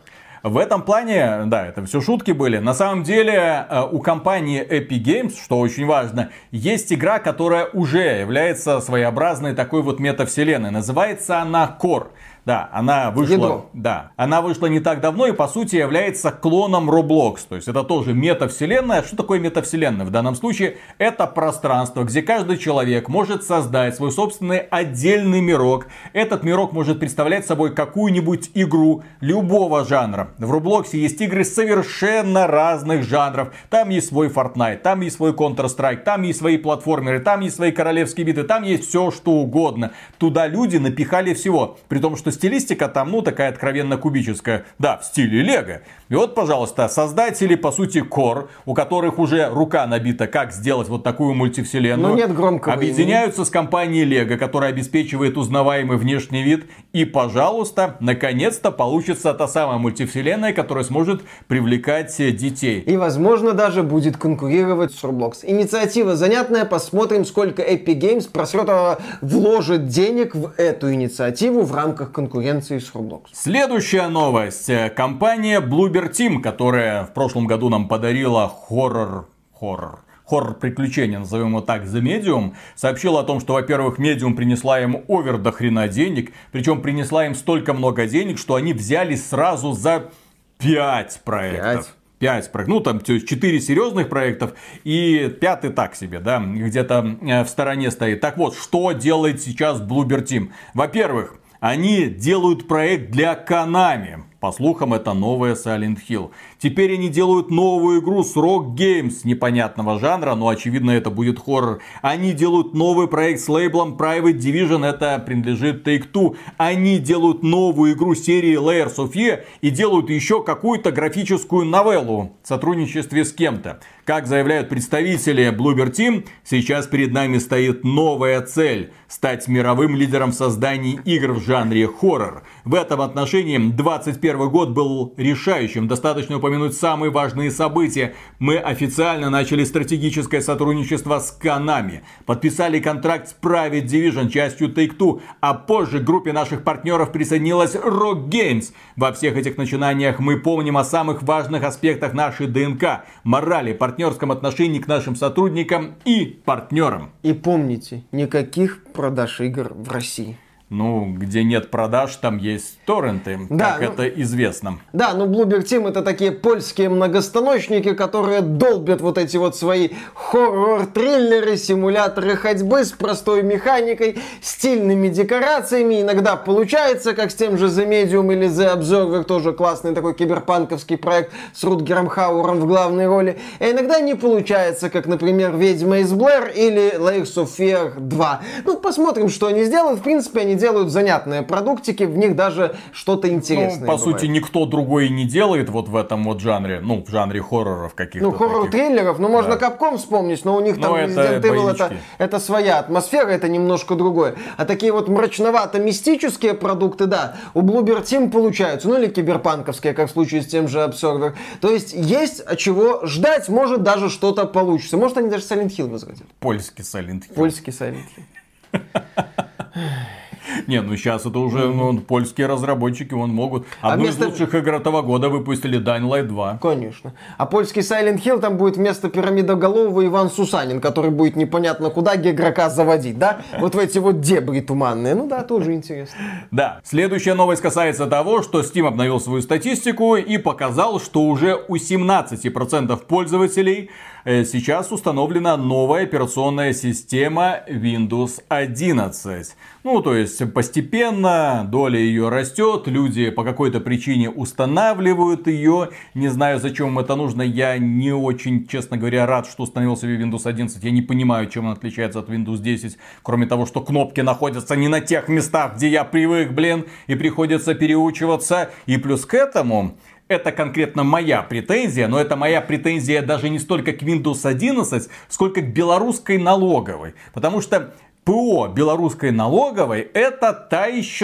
В этом плане, да, это все шутки были. На самом деле у компании Epic Games, что очень важно, есть игра, которая уже является своеобразной такой вот метавселенной. Называется она Core. Да, она вышла, Ядро. да, она вышла не так давно и по сути является клоном Roblox. То есть это тоже метавселенная. Что такое метавселенная? В данном случае это пространство, где каждый человек может создать свой собственный отдельный мирок. Этот мирок может представлять собой какую-нибудь игру любого жанра. В Roblox есть игры совершенно разных жанров. Там есть свой Fortnite, там есть свой Counter-Strike, там есть свои платформеры, там есть свои королевские битвы, там есть все что угодно. Туда люди напихали всего. При том, что стилистика там, ну, такая откровенно кубическая. Да, в стиле Лего. И вот, пожалуйста, создатели, по сути, Core, у которых уже рука набита, как сделать вот такую мультивселенную. Но нет громкого объединяются имени. С компанией Лего, которая обеспечивает узнаваемый внешний вид. И, пожалуйста, наконец-то получится та самая мультивселенная, которая сможет привлекать детей. И, возможно, даже будет конкурировать с Roblox. Инициатива занятная. Посмотрим, сколько Epic Games просроченно вложит денег в эту инициативу в рамках конкуренции с Roblox. Следующая новость. Компания Bloober Team, которая в прошлом году нам подарила хоррор... хоррор... хоррор-приключения, назовем его так, за Medium, сообщила о том, что, во-первых, Medium принесла им овер до хрена денег, причем принесла им столько много денег, что они взяли сразу за пять проектов. пять проектов, ну там четыре серьезных проектов и пятый так себе, да, где-то в стороне стоит. Так вот, что делает сейчас Bloober Team? Во-первых, они делают проект для Konami. По слухам, это новая Silent Hill. Теперь они делают новую игру с Rock Games непонятного жанра, но очевидно это будет хоррор. Они делают новый проект с лейблом Private Division, это принадлежит Take-Two. Они делают новую игру серии Layers of Fear и делают еще какую-то графическую новеллу в сотрудничестве с кем-то. Как заявляют представители Bloober Team, сейчас перед нами стоит новая цель – стать мировым лидером в создании игр в жанре хоррор. В этом отношении двадцать первый год был решающим. Достаточно упомянуть самые важные события. Мы официально начали стратегическое сотрудничество с Konami. Подписали контракт с Private Division, частью Take-Two. А позже к группе наших партнеров присоединилась Rock Games. Во всех этих начинаниях мы помним о самых важных аспектах нашей ДНК. Морали, партнерском отношении к нашим сотрудникам и партнерам. И помните, никаких продаж игр в России. Ну, где нет продаж, там есть торренты, да, как ну, это известно. Да, ну Bloober Team это такие польские многостаночники, которые долбят вот эти вот свои хоррор-триллеры, симуляторы ходьбы с простой механикой, стильными декорациями. Иногда получается, как с тем же The Medium или The Observer, тоже классный такой киберпанковский проект с Рутгером Хауэром в главной роли. А иногда не получается, как, например, Ведьма из Блэр или Layers of Fear два. Ну, посмотрим, что они сделают. В принципе, они делают занятные продуктики, в них даже что-то интересное. Ну, по бывает. сути, никто другой не делает вот в этом вот жанре, ну, в жанре хорроров каких-то. Ну, хоррор-триллеров, ну, можно да. Capcom вспомнить, но у них там но Resident это Evil это, это своя атмосфера, это немножко другое. А такие вот мрачновато-мистические продукты, да, у Bloober Team получаются, ну, или киберпанковские, как в случае с тем же Observer. То есть, есть от чего ждать, может, даже что-то получится. Может, они даже Silent Hill возродят. Польский Silent Hill. Польский Silent Hill. Не, ну сейчас это уже ну, польские разработчики, вон могут. Одну а вместо... из лучших игр этого года выпустили Dying Light два. Конечно. А польский Silent Hill там будет вместо пирамидоголового Иван Сусанин, который будет непонятно куда игрока заводить, да? Вот в эти вот дебри туманные. Ну да, тоже интересно. Да. Следующая новость касается того, что Steam обновил свою статистику и показал, что уже у семнадцати процентов пользователей сейчас установлена новая операционная система Windows одиннадцать. Ну, то есть, постепенно доля ее растет, люди по какой-то причине устанавливают ее. Не знаю, зачем им это нужно, я не очень, честно говоря, рад, что установил себе Windows одиннадцать. Я не понимаю, чем он отличается от Windows десять, кроме того, что кнопки находятся не на тех местах, где я привык, блин, и приходится переучиваться. И плюс к этому... Это конкретно моя претензия, но это моя претензия даже не столько к Windows одиннадцать, сколько к белорусской налоговой. Потому что ПО белорусской налоговой это та еще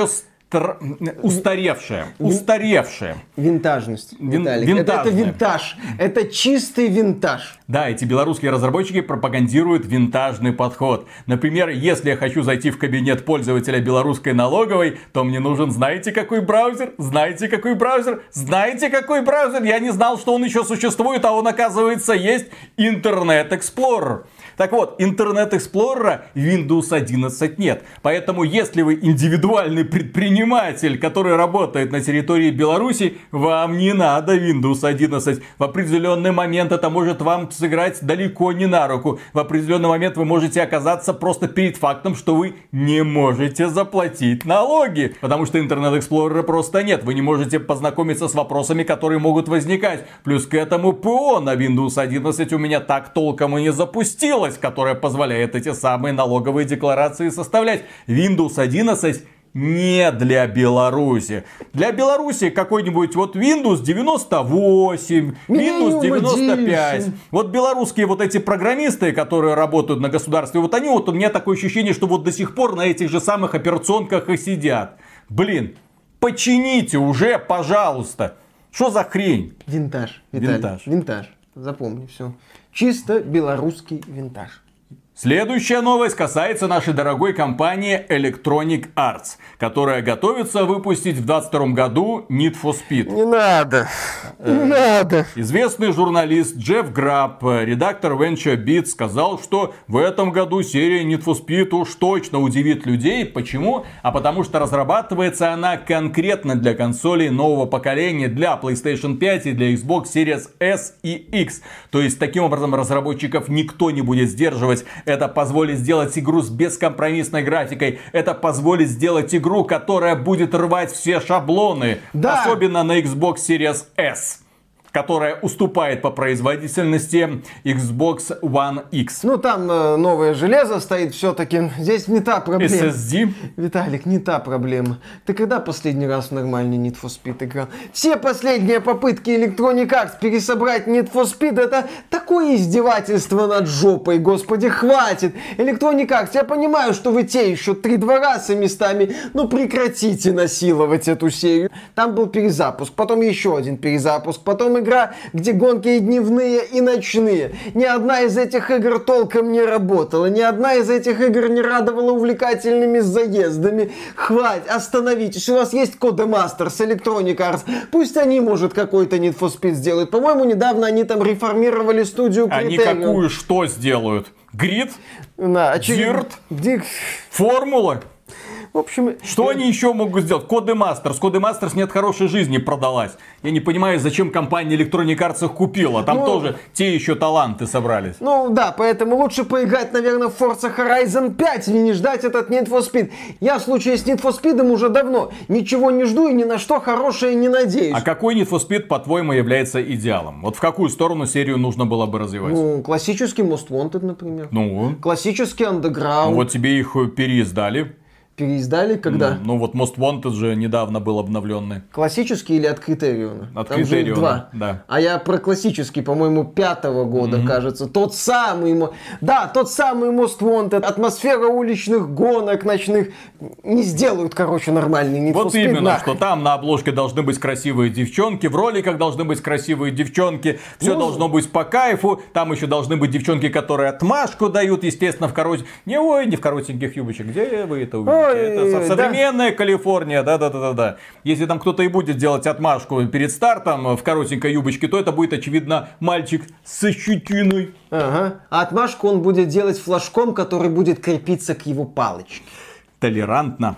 Тр... Устаревшая. Устаревшая. Винтажность. Вин... Это, это винтаж. Это чистый винтаж. Да, эти белорусские разработчики пропагандируют винтажный подход. Например, если я хочу зайти в кабинет пользователя белорусской налоговой, то мне нужен, знаете, какой браузер? Знаете, какой браузер? Знаете, какой браузер? Я не знал, что он еще существует, а он, оказывается, есть. Internet Explorer. Так вот, Internet Explorer Windows одиннадцать нет. Поэтому, если вы индивидуальный предприниматель, который работает на территории Беларуси, вам не надо Windows одиннадцать. В определенный момент это может вам сыграть далеко не на руку. В определенный момент вы можете оказаться просто перед фактом, что вы не можете заплатить налоги. Потому что Internet Explorer просто нет. Вы не можете познакомиться с вопросами, которые могут возникать. Плюс к этому ПО на Windows одиннадцать у меня так толком и не запустилось, которая позволяет эти самые налоговые декларации составлять. Windows одиннадцать не для Беларуси. Для Беларуси какой-нибудь вот Windows девяносто восемь, Windows девяносто пять. Вот белорусские вот эти программисты, которые работают на государстве, вот они вот, у меня такое ощущение, что вот до сих пор на этих же самых операционках и сидят. Блин, почините уже, пожалуйста. Что за хрень? Винтаж, Виталий. Винтаж. Винтаж. Запомни все. Чисто белорусский винтаж. Следующая новость касается нашей дорогой компании Electronic Arts, которая готовится выпустить в двадцать втором году Need for Speed. Не надо, не надо. Известный журналист Джефф Граб, редактор VentureBeat, сказал, что в этом году серия Need for Speed уж точно удивит людей. Почему? А потому что разрабатывается она конкретно для консолей нового поколения, для PlayStation пять и для Xbox Series S и X. То есть, таким образом, разработчиков никто не будет сдерживать. Это позволит сделать игру с бескомпромиссной графикой. Это позволит сделать игру, которая будет рвать все шаблоны. Да. Особенно на Xbox Series S, которая уступает по производительности Xbox One X. Ну, там э, новое железо стоит все-таки. Здесь не та проблема. эс эс ди? Виталик, не та проблема. Ты когда последний раз в нормальный Need for Speed играл? Все последние попытки Electronic Arts пересобрать Need for Speed — это такое издевательство над жопой. Господи, хватит. Electronic Arts, я понимаю, что вы те еще три двора с местами, но прекратите насиловать эту серию. Там был перезапуск, потом еще один перезапуск, потом игра, где гонки и дневные, и ночные. Ни одна из этих игр толком не работала. Ни одна из этих игр не радовала увлекательными заездами. Хватит, остановитесь. У вас есть Codemaster с Electronic Arts. Пусть они, может, какой-то Need for Speed сделают. По-моему, недавно они там реформировали студию Criterion. Они какую что сделают? Грид? Да, Дирт? Дик... Формула? В общем, что они еще могут сделать? Codemasters. Codemasters нет хорошей жизни продалась. Я не понимаю, зачем компания Electronic Arts их купила. Там ну, тоже те еще таланты собрались. Ну да, поэтому лучше поиграть, наверное, в Forza Horizon пять и не ждать этот Need for Speed. Я в случае с Need for Speed уже давно ничего не жду и ни на что хорошее не надеюсь. А какой Need for Speed, по-твоему, является идеалом? Вот в какую сторону серию нужно было бы развивать? Ну, классический Most Wanted, например. Ну? Классический Underground. Ну, вот тебе их переиздали. Переиздали когда? Ну, ну вот Most Wanted же недавно был обновленный. Классический или от Критериона? От Там Критериона, два. Да. А я про классический, по-моему, пятого года, mm-hmm. кажется. Тот самый, да, тот самый Most Wanted. Атмосфера уличных гонок ночных. Не сделают, короче, нормальный Need for Speed. Вот именно, что там на обложке должны быть красивые девчонки, в роликах должны быть красивые девчонки. Все ну, должно быть по кайфу. Там еще должны быть девчонки, которые отмашку дают, естественно, в коротеньких... Не, ой, не в коротеньких юбочек. Где вы это увидите? Это современная да. Калифорния, да-да-да-да. Если там кто-то и будет делать отмашку перед стартом в коротенькой юбочке, то это будет, очевидно, мальчик со щетиной. Ага. А отмашку он будет делать флажком, который будет крепиться к его палочке. Толерантно.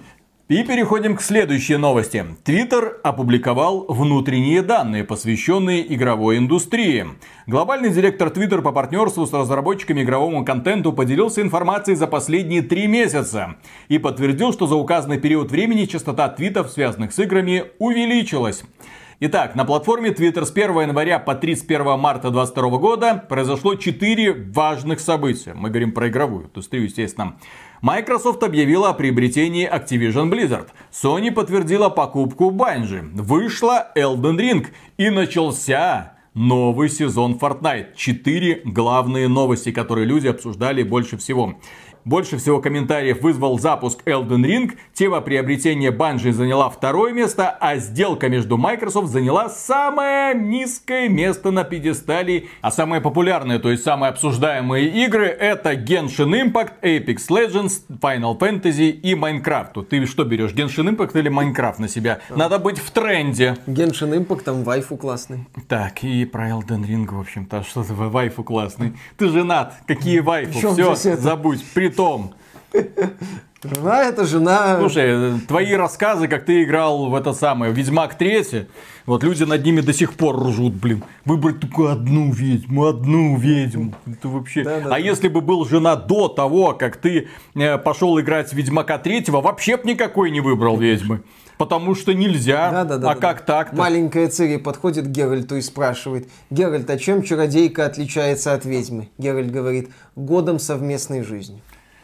И переходим к следующей новости. Twitter опубликовал внутренние данные, посвященные игровой индустрии. Глобальный директор Twitter по партнерству с разработчиками игровому контенту поделился информацией за последние три месяца. И подтвердил, что за указанный период времени частота твитов, связанных с играми, увеличилась. Итак, на платформе Twitter с первого января по тридцать первого марта двадцать второго года произошло четыре важных события. Мы говорим про игровую индустрию, естественно. Microsoft объявила о приобретении Activision Blizzard. Sony подтвердила покупку Bungie. Вышла Elden Ring. И начался новый сезон Fortnite. Четыре главные новости, которые люди обсуждали больше всего. больше всего комментариев вызвал запуск Elden Ring. Тема приобретения Bungie заняла второе место, а сделка между Microsoft заняла самое низкое место на пьедестале. А самые популярные, то есть самые обсуждаемые игры, это Genshin Impact, Apex Legends, Final Fantasy и Minecraft. Ты что берешь, Genshin Impact или Minecraft на себя? Надо быть в тренде. Genshin Impact, там вайфу классный. Так, и про Elden Ring, в общем-то, что за вайфу классный. Ты женат, какие вайфу, Причем все, забудь. Притом. Жена это жена. Слушай, твои рассказы, как ты играл в это самое, Ведьмак три, вот люди над ними до сих пор ржут, блин. Выбрать только одну ведьму, одну ведьму. Это вообще... Да, да, а да. если бы был жена до того, как ты э, пошел играть в Ведьмака три, вообще б никакой не выбрал ведьмы. Потому что нельзя. Да, да, да, а да, как да. так-то? Маленькая Цири подходит к Геральту и спрашивает: Геральт, а чем чародейка отличается от ведьмы? Геральт говорит: годом совместной жизни.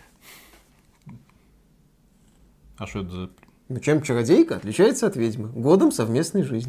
А что это за... Ну, чем чародейка отличается от ведьмы? Годом совместной жизни.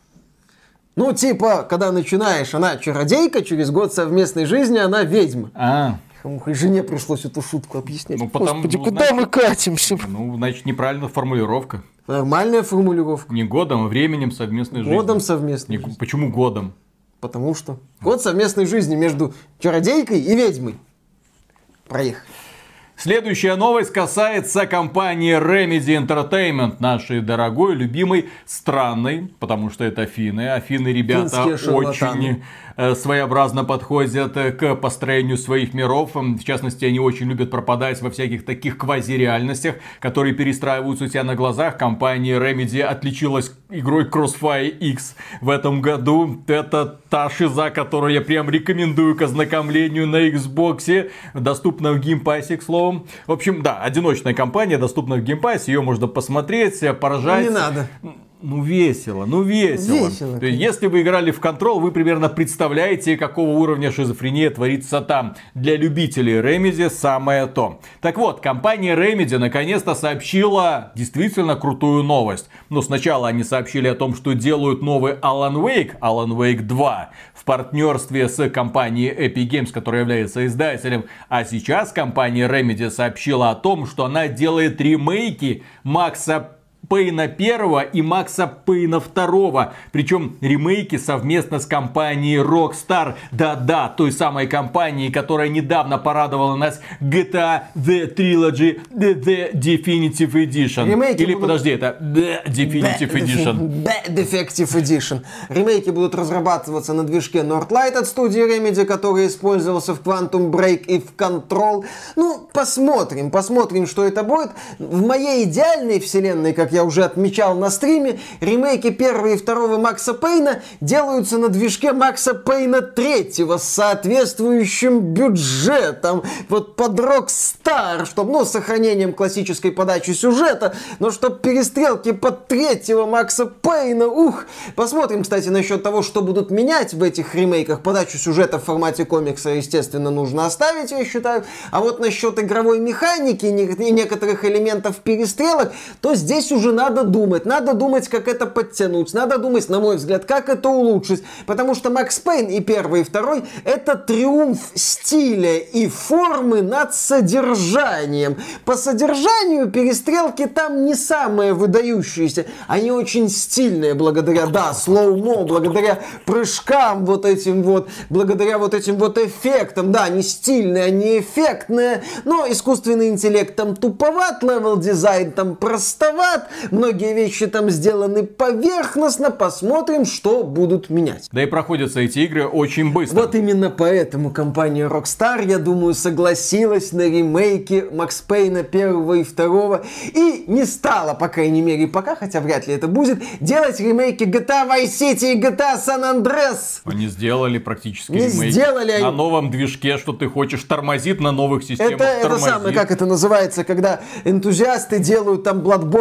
Ну, типа, когда начинаешь, она чародейка, через год совместной жизни она ведьма. А, И жене пришлось эту шутку объяснять. Ну, потому- Господи, ну, куда значит- мы катимся? ну, значит, неправильная формулировка. Нормальная формулировка. Не годом, а временем совместной жизни. Годом совместной Не- жизни. Почему годом? Потому что год совместной жизни между чародейкой и ведьмой. Проехали. Следующая новость касается компании Remedy Entertainment, нашей дорогой, любимой, странной, потому что это финны. Афины, ребята, Финские шарлатаны. очень э, своеобразно подходят э, к построению своих миров. В частности, они очень любят пропадать во всяких таких квазиреальностях, которые перестраиваются у тебя на глазах. Компания Remedy отличилась игрой Crossfire X в этом году. Это та шиза, которую я прям рекомендую к ознакомлению на Xbox. Доступна в геймпассе, к слову. В общем, да, одиночная компания, доступна в геймпассе. Ее можно посмотреть, поражать. Не надо. Ну весело, ну весело. Весело, То есть, если вы играли в Control, вы примерно представляете, какого уровня шизофрения творится там. Для любителей Remedy самое то. Так вот, компания Remedy наконец-то сообщила действительно крутую новость. Но сначала они сообщили о том, что делают новый Alan Wake, Alan Wake два, в партнерстве с компанией Epic Games, которая является издателем. А сейчас компания Remedy сообщила о том, что она делает ремейки Макса Пейна первого и Макса Пейна второго. Причем ремейки совместно с компанией Rockstar. Да-да, той самой компанией, которая недавно порадовала нас джи ти эй The Trilogy The, The Definitive Edition. Ремейки Или будут- подожди, это The Definitive Edition. Б- Defective Edition. Ремейки будут разрабатываться на движке Northlight от студии Remedy, который использовался в Quantum Break и в Control. Ну, посмотрим, посмотрим, что это будет. В моей идеальной вселенной, как я уже отмечал на стриме, ремейки первого и второго Макса Пейна делаются на движке Макса Пейна третьего с соответствующим бюджетом. Вот под Rockstar, чтобы, ну, с сохранением классической подачи сюжета, но чтобы перестрелки под третьего Макса Пейна, ух. Посмотрим, кстати, насчет того, что будут менять в этих ремейках. Подачу сюжета в формате комикса, естественно, нужно оставить, я считаю. А вот насчет игровой механики и некоторых элементов перестрелок, то здесь уже надо думать. Надо думать, как это подтянуть. Надо думать, на мой взгляд, как это улучшить. Потому что Макс Пейн и первый, и второй — это триумф стиля и формы над содержанием. По содержанию перестрелки там не самые выдающиеся. Они очень стильные благодаря, да, слоумо, благодаря прыжкам вот этим вот, благодаря вот этим вот эффектам. Да, они стильные, они эффектные, но искусственный интеллект там туповат, левел-дизайн там простоват, многие вещи там сделаны поверхностно. Посмотрим, что будут менять. Да и проходятся эти игры очень быстро. Вот именно поэтому компания Rockstar, я думаю, согласилась на ремейки Макс Пейна первого и второго и не стала, по крайней мере, пока, хотя вряд ли это будет, делать ремейки джи ти эй Vice City и джи ти эй San Andreas. Они сделали практически Не ремейк. сделали они. На новом движке, что ты хочешь, тормозит, на новых системах Это, это тормозит. самое, как это называется, когда энтузиасты делают там Bloodborne Если под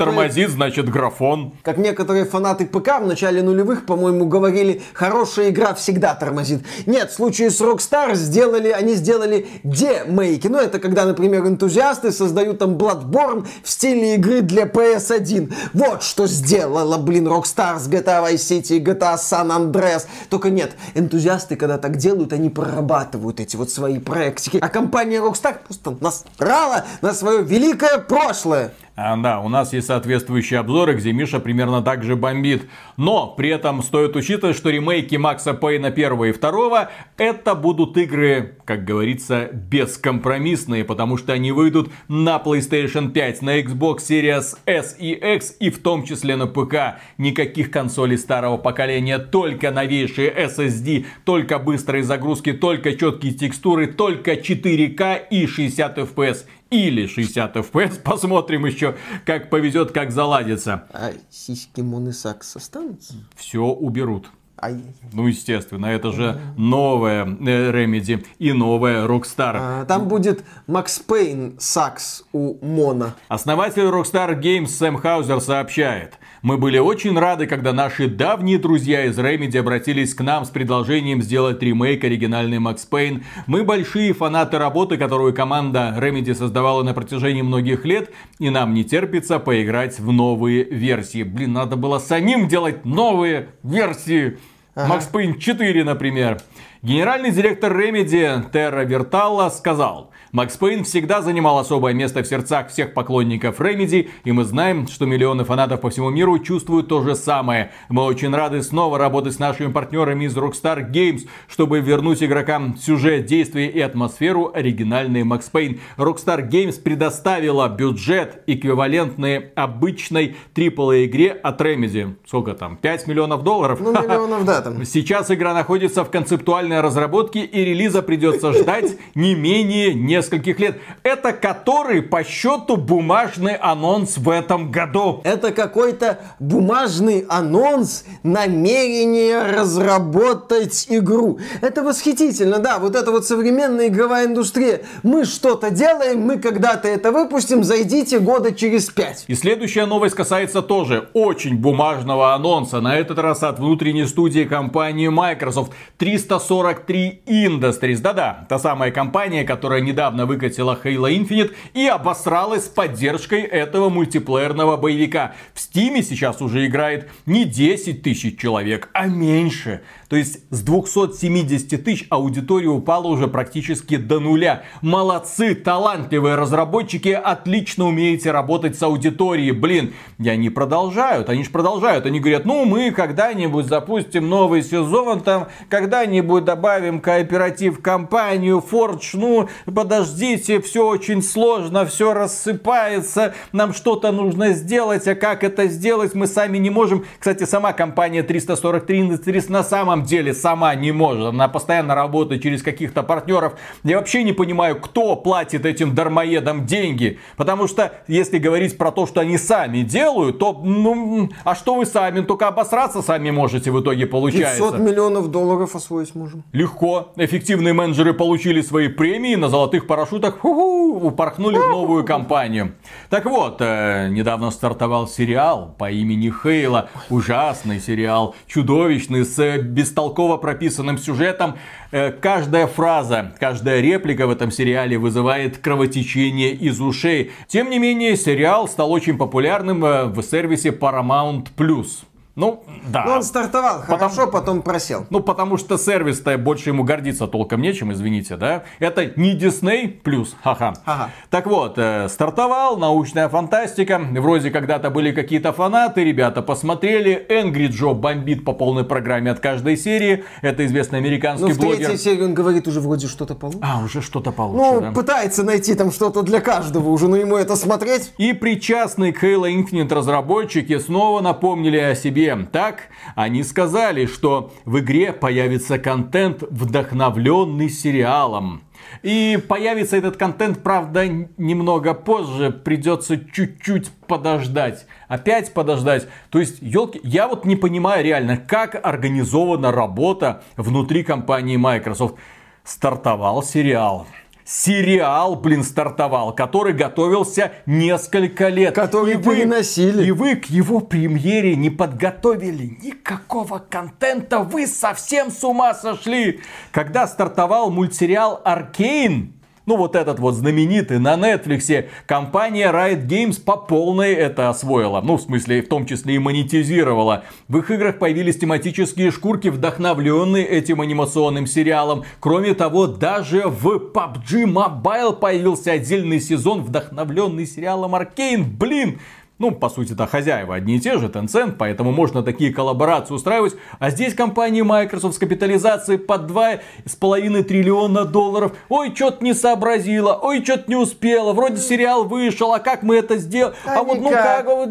тормозит, значит графон. Как некоторые фанаты ПК в начале нулевых, по-моему, говорили, хорошая игра всегда тормозит. Нет, в случае с Rockstar сделали, они сделали демейки. Ну, это когда, например, энтузиасты создают там Bloodborne в стиле игры для пи эс один. Вот что сделала, блин, Rockstar с джи ти эй Vice City и джи ти эй San Andreas. Только нет, энтузиасты, когда так делают, они прорабатывают эти вот свои проектики. А компания Rockstar просто насрала на свое великое прошлое. А, да, у нас есть соответствующие обзоры, где Миша примерно так же бомбит. Но при этом стоит учитывать, что ремейки Макса Пейна первого и второго это будут игры, как говорится, бескомпромиссные, потому что они выйдут на PlayStation пять, на Xbox Series S и X и в том числе на ПК. Никаких консолей старого поколения, только новейшие эс эс ди, только быстрые загрузки, только четкие текстуры, только четыре ка и шестьдесят эф пи эс. Или шестьдесят эф пи эс. Посмотрим еще, как повезет, как заладится. А сиськи Мон и Сакс останутся? Все уберут. Ай-яй-яй. Ну, естественно, это же новая Remedy и новая Rockstar. А, там будет Макс Пейн Сакс у Мона. Основатель Rockstar Games Сэм Хаузер сообщает: мы были очень рады, когда наши давние друзья из Remedy обратились к нам с предложением сделать ремейк оригинальный Макс Пейн. Мы большие фанаты работы, которую команда Remedy создавала на протяжении многих лет, и нам не терпится поиграть в новые версии. Блин, надо было самим делать новые версии. Ага. Макс Пейн четыре, например. Генеральный директор Remedy Терра Верталла сказал: Макс Пейн всегда занимал особое место в сердцах всех поклонников Remedy, и мы знаем, что миллионы фанатов по всему миру чувствуют то же самое. Мы очень рады снова работать с нашими партнерами из Rockstar Games, чтобы вернуть игрокам сюжет, действие и атмосферу оригинальной Макс Пейн. Rockstar Games предоставила бюджет, эквивалентный обычной трипл эй игре от Remedy. Сколько там? пять миллионов долларов? Ну, миллионов, да, там. Сейчас игра находится в концептуальной разработке, и релиза придется ждать не менее нескольких лет. Это который по счету бумажный анонс в этом году. Это какой-то бумажный анонс намерения разработать игру. Это восхитительно, да, вот это вот современная игровая индустрия. Мы что-то делаем, мы когда-то это выпустим, зайдите года через пять. И следующая новость касается тоже очень бумажного анонса. На этот раз от внутренней студии компании Microsoft. триста сорок три Industries. Да-да, та самая компания, которая недавно выкатила Halo Infinite и обосралась с поддержкой этого мультиплеерного боевика. В Steam сейчас уже играет не десять тысяч человек, а меньше. То есть с двухсот семидесяти тысяч аудитория упала уже практически до нуля. Молодцы, талантливые разработчики, отлично умеете работать с аудиторией. Блин, и они продолжают, они же продолжают. Они говорят, ну мы когда-нибудь запустим новый сезон, там когда-нибудь добавим кооператив компанию Forge. Ну подождите, все очень сложно, все рассыпается, нам что-то нужно сделать, а как это сделать мы сами не можем. Кстати, сама компания триста сорок три Industries на самом деле сама не может. Она постоянно работает через каких-то партнеров. Я вообще не понимаю, кто платит этим дармоедам деньги. Потому что, если говорить про то, что они сами делают, то, ну, а что вы сами? Только обосраться сами можете в итоге, получается. пятьсот миллионов долларов освоить можем. Легко. Эффективные менеджеры получили свои премии, на золотых парашютах ху-ху, упорхнули в новую компанию. Так вот, э, недавно стартовал сериал по имени Хейла. Ужасный сериал, чудовищный, с э, бестолково прописанным сюжетом. Э, каждая фраза, каждая реплика в этом сериале вызывает кровотечение из ушей. Тем не менее, сериал стал очень популярным э, в сервисе Paramount плюс. Ну, да. Но он стартовал Потому... хорошо, потом просел. Ну, потому что сервис-то больше ему гордиться толком нечем, извините, да? Это не Disney плюс, ха-ха. Ага. Так вот, э, стартовал, научная фантастика. Вроде когда-то были какие-то фанаты, ребята посмотрели. Angry Joe бомбит по полной программе от каждой серии. Это известный американский ну, в блогер. третьей серии он говорит, уже вроде что-то получше. А, уже что-то получше, Ну, да? пытается найти там что-то для каждого уже, но ему это смотреть. И причастные к Halo Infinite разработчики снова напомнили о себе. Так, они сказали, что в игре появится контент, вдохновленный сериалом. И появится этот контент, правда, немного позже. Придется чуть-чуть подождать. Опять подождать. То есть, елки, я вот не понимаю реально, как организована работа внутри компании Microsoft. Стартовал сериал. сериал, блин, стартовал, который готовился несколько лет. Который и переносили. Вы, и вы к его премьере не подготовили никакого контента. Вы совсем с ума сошли. Когда стартовал мультсериал «Аркейн», ну вот этот вот знаменитый на Netflix, компания Riot Games по полной это освоила. Ну в смысле, в том числе и монетизировала. В их играх появились тематические шкурки, вдохновленные этим анимационным сериалом. Кроме того, даже в пабг Mobile появился отдельный сезон, вдохновленный сериалом Arcane. Блин! Ну, по сути, это хозяева одни и те же, Tencent, поэтому можно такие коллаборации устраивать. А здесь компания Microsoft с капитализацией под два с половиной триллиона долларов. Ой, что-то не сообразила, ой, что-то не успела. Вроде сериал вышел, а как мы это сделали? А, а вот ну как? Вот...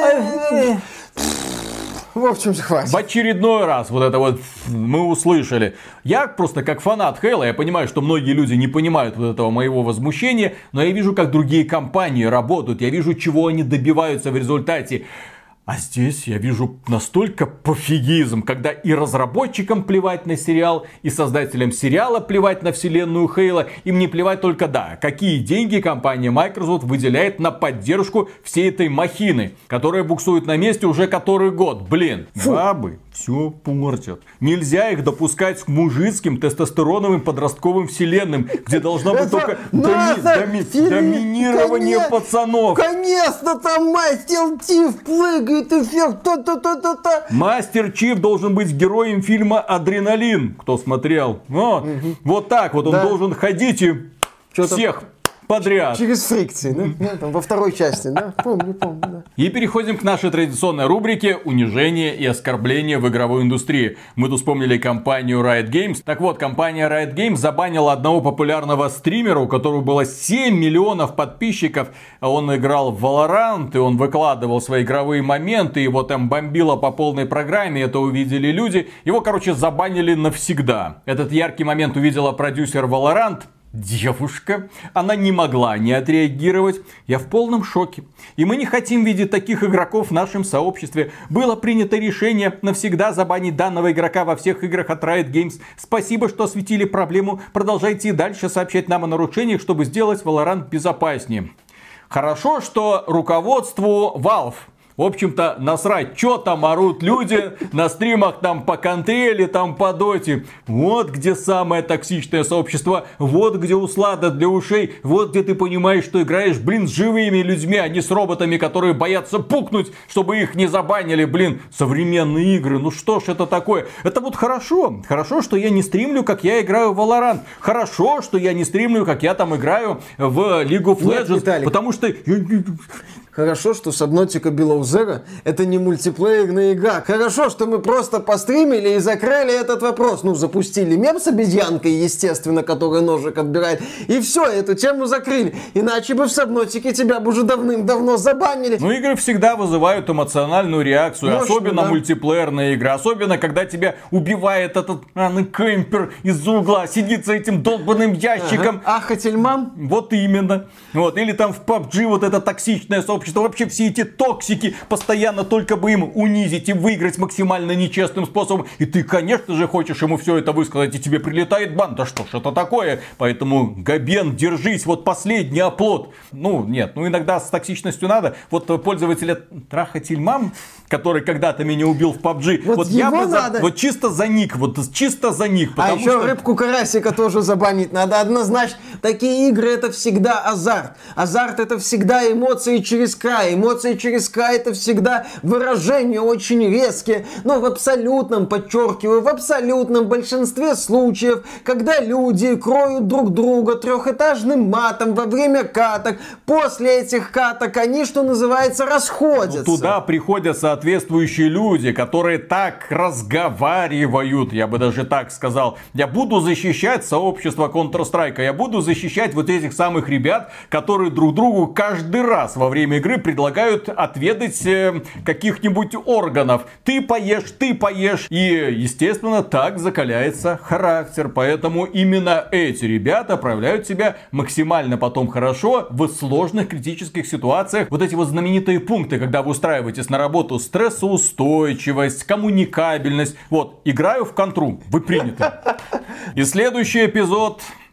В общем, хватит. В очередной раз вот это вот мы услышали. Я просто как фанат Halo, я понимаю, что многие люди не понимают вот этого моего возмущения, но я вижу, как другие компании работают, я вижу, чего они добиваются в результате. А здесь я вижу настолько пофигизм, когда и разработчикам плевать на сериал, и создателям сериала плевать на вселенную Хейла. Им не плевать только, да, какие деньги компания Microsoft выделяет на поддержку всей этой махины, которая буксует на месте уже который год. Блин, Фу. бабы все портят. Нельзя их допускать к мужицким тестостероновым подростковым вселенным, где должно быть только доми- доми- доминирование пацанов. Конечно, там Мастер Чиф прыгает. Эффект, та -та -та -та -та. Мастер Чиф должен быть героем фильма «Адреналин», кто смотрел. Вот, угу. вот так вот он да. должен ходить и Что-то... всех подряд. Через фрикции, да? Ну, там, во второй части, да? Помню, помню, да. И переходим к нашей традиционной рубрике «Унижение и оскорбление в игровой индустрии». Мы тут вспомнили компанию Riot Games. Так вот, компания Riot Games забанила одного популярного стримера, у которого было семь миллионов подписчиков. Он играл в Valorant, и он выкладывал свои игровые моменты, его там бомбило по полной программе, это увидели люди. Его, короче, забанили навсегда. Этот яркий момент увидела продюсер Valorant. Девушка, она не могла не отреагировать. Я в полном шоке. И мы не хотим видеть таких игроков в нашем сообществе. Было принято решение навсегда забанить данного игрока во всех играх от Riot Games. Спасибо, что осветили проблему. Продолжайте и дальше сообщать нам о нарушениях, чтобы сделать Valorant безопаснее. Хорошо, что руководству Valve, в общем-то, насрать, что там орут люди на стримах там по контре или там по доте. Вот где самое токсичное сообщество, вот где услада для ушей, вот где ты понимаешь, что играешь, блин, с живыми людьми, а не с роботами, которые боятся пукнуть, чтобы их не забанили, блин. Современные игры, ну что ж это такое? Это вот хорошо, хорошо, что я не стримлю, как я играю в Valorant. Хорошо, что я не стримлю, как я там играю в League of Legends. Нет, Виталик. Потому что... Хорошо, что Subnautica Below Zero это не мультиплеерная игра. Хорошо, что мы просто постримили и закрыли этот вопрос. Ну, запустили мем с обезьянкой, естественно, которая ножик отбирает. И все, эту тему закрыли. Иначе бы в Subnautica тебя бы уже давным-давно забанили. Ну, игры всегда вызывают эмоциональную реакцию. Мощно, особенно да. мультиплеерные игры. Особенно, когда тебя убивает этот а, кемпер из угла, сидит за этим долбанным ящиком. Ага. Ахательмам? Вот именно. Вот. Или там в пабг вот это токсичное сообщество. Вообще все эти токсики постоянно только бы им унизить и выиграть максимально нечестным способом. И ты, конечно же, хочешь ему все это высказать, и тебе прилетает бан. Да что ж это такое? Поэтому, Габен, держись, вот последний оплот. Ну, нет, ну иногда с токсичностью надо. Вот пользователя Трахательмам, который когда-то меня убил в пабг, вот, вот я бы за, вот чисто за ник, вот чисто за ник. А еще что... рыбку карасика тоже забанить надо. Однозначно, такие игры это всегда азарт. Азарт это всегда эмоции через край. Эмоции через край это всегда выражения очень резкие. Но в абсолютном, подчеркиваю, в абсолютном большинстве случаев, когда люди кроют друг друга трехэтажным матом во время каток, после этих каток они, что называется, расходятся. Ну, туда приходят соответствующие люди, которые так разговаривают, я бы даже так сказал. Я буду защищать сообщество Counter-Strike, я буду защищать вот этих самых ребят, которые друг другу каждый раз во время игры предлагают отведать э, каких-нибудь органов. Ты поешь, ты поешь. И, естественно, так закаляется характер. Поэтому именно эти ребята проявляют себя максимально потом хорошо в сложных критических ситуациях. Вот эти вот знаменитые пункты, когда вы устраиваетесь на работу: стрессоустойчивость, коммуникабельность. Вот, играю в контру. Вы приняты. И следующий эпизод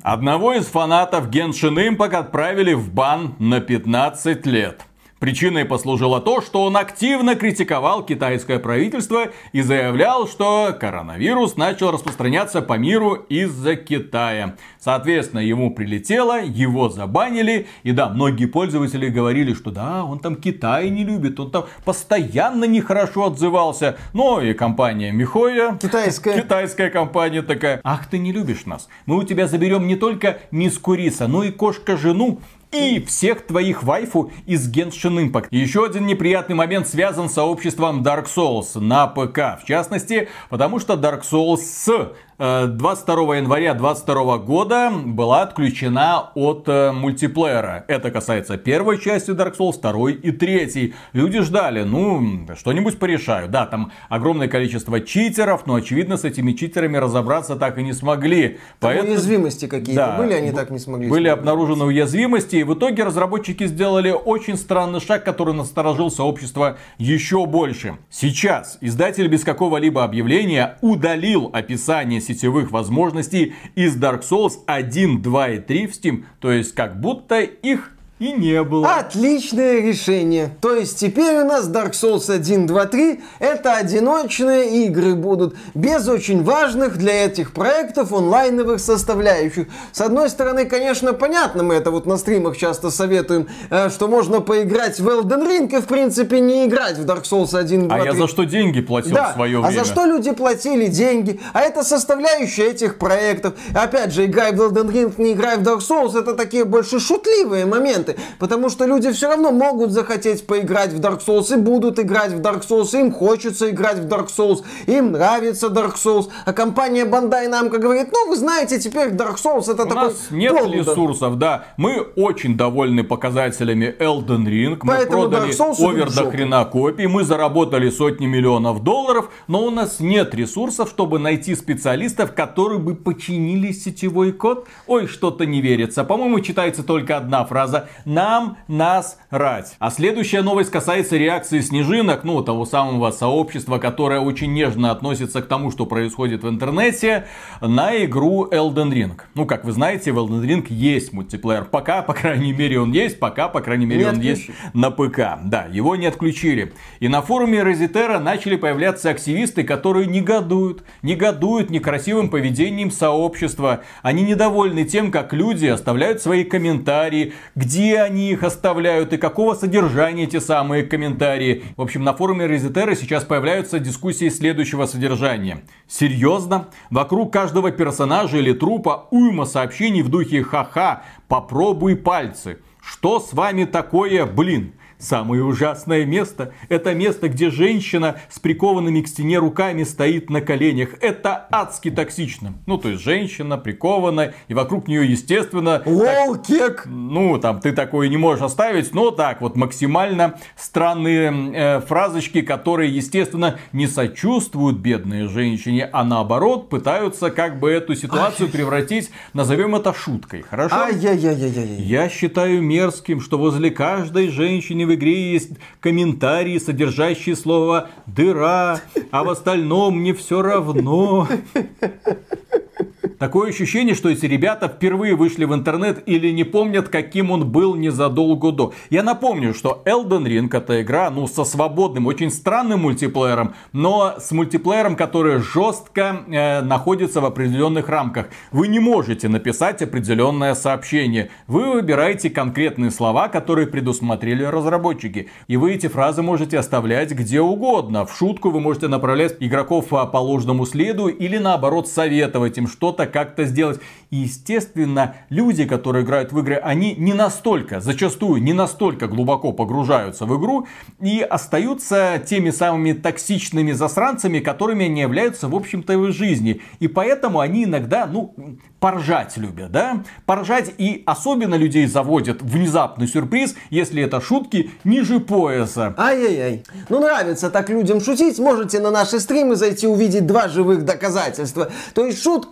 Одного из фанатов Genshin Impact отправили в бан на пятнадцать лет. Причиной послужило то, что он активно критиковал китайское правительство и заявлял, что коронавирус начал распространяться по миру из-за Китая. Соответственно, ему прилетело, его забанили. И да, многие пользователи говорили, что да, он там Китай не любит, он там постоянно нехорошо отзывался. Но и компания Михоя, китайская, китайская компания такая: ах, ты не любишь нас. Мы у тебя заберем не только мисс Куриса, но и кошка-жену. И всех твоих вайфу из Genshin Impact. Еще один неприятный момент связан с сообществом Dark Souls на ПК. В частности, потому что Dark Souls с двадцать второго января две тысячи двадцать второго года была отключена от э, мультиплеера. Это касается первой части Dark Souls, второй и третьей. Люди ждали, ну, что-нибудь порешают. Да, там огромное количество читеров, но, очевидно, с этими читерами разобраться так и не смогли. Поэтому... Уязвимости какие-то да, были, они так не смогли. Были обнаружены уязвимости, и в итоге разработчики сделали очень странный шаг, который насторожил сообщество еще больше. Сейчас издатель без какого-либо объявления удалил описание сетевых возможностей из Dark Souls один, два и три в Steam. То есть, как будто их и не было. Отличное решение. То есть теперь у нас Dark Souls один, два, три это одиночные игры будут, без очень важных для этих проектов онлайновых составляющих. С одной стороны, конечно, понятно, мы это вот на стримах часто советуем, что можно поиграть в Elden Ring и, в принципе, не играть в Dark Souls один, два, три. А я за что деньги платил да, в свое а время? А за что люди платили деньги? А это составляющая этих проектов. Опять же, играй в Elden Ring, не играй в Dark Souls, это такие больше шутливые моменты. Потому что люди все равно могут захотеть поиграть в Dark Souls и будут играть в Dark Souls, им хочется играть в Dark Souls, им нравится Dark Souls, а компания Bandai Namco говорит: ну вы знаете, теперь Dark Souls это у такой... У нас нет полудо. ресурсов, да, мы очень довольны показателями Elden Ring, мы Поэтому продали овер до хрена копий, мы заработали сотни миллионов долларов, но у нас нет ресурсов, чтобы найти специалистов, которые бы починили сетевой код. Ой, что-то не верится, по-моему, читается только одна фраза: на Нам насрать. А следующая новость касается реакции снежинок, ну, того самого сообщества, которое очень нежно относится к тому, что происходит в интернете, на игру Elden Ring. Ну, как вы знаете, в Elden Ring есть мультиплеер. Пока, по крайней мере, он есть. Пока, по крайней мере, не он отключили. Есть на ПК. Да, его не отключили. И на форуме Resetera начали появляться активисты, которые негодуют. Негодуют некрасивым поведением сообщества. Они недовольны тем, как люди оставляют свои комментарии, где они их оставляют и какого содержания эти самые комментарии. В общем, на форуме Resetera сейчас появляются дискуссии следующего содержания. Серьезно? Вокруг каждого персонажа или трупа уйма сообщений в духе «ха-ха, попробуй пальцы». Что с вами такое, блин? Самое ужасное место — это место, где женщина с прикованными к стене руками стоит на коленях. Это адски токсично. Ну, то есть, женщина прикована, и вокруг нее, естественно... Лол, кек! Ну, там, ты такое не можешь оставить, но так вот, максимально странные э, фразочки, которые, естественно, не сочувствуют бедной женщине, а наоборот, пытаются как бы эту ситуацию Ай-яй-яй. превратить, назовем это шуткой, хорошо? Ай-яй-яй-яй-яй. Я считаю мерзким, что возле каждой женщины в игре есть комментарии, содержащие слово «дыра», а в остальном мне все равно. Такое ощущение, что эти ребята впервые вышли в интернет или не помнят, каким он был незадолго до. Я напомню, что Elden Ring — это игра, ну, со свободным, очень странным мультиплеером, но с мультиплеером, который жестко э, находится в определенных рамках. Вы не можете написать определенное сообщение. Вы выбираете конкретные слова, которые предусмотрели разработчики. И вы эти фразы можете оставлять где угодно. В шутку вы можете направлять игроков по, по ложному следу или наоборот советовать им что-то как-то сделать. И, естественно, люди, которые играют в игры, они не настолько, зачастую не настолько глубоко погружаются в игру и остаются теми самыми токсичными засранцами, которыми они являются, в общем-то, в жизни. И поэтому они иногда, ну, поржать любят, да? Поржать, и особенно людей заводит внезапный сюрприз, если это шутки ниже пояса. Ай-яй-яй. Ну, нравится так людям шутить. Можете на наши стримы зайти, увидеть два живых доказательства. То есть шутки, они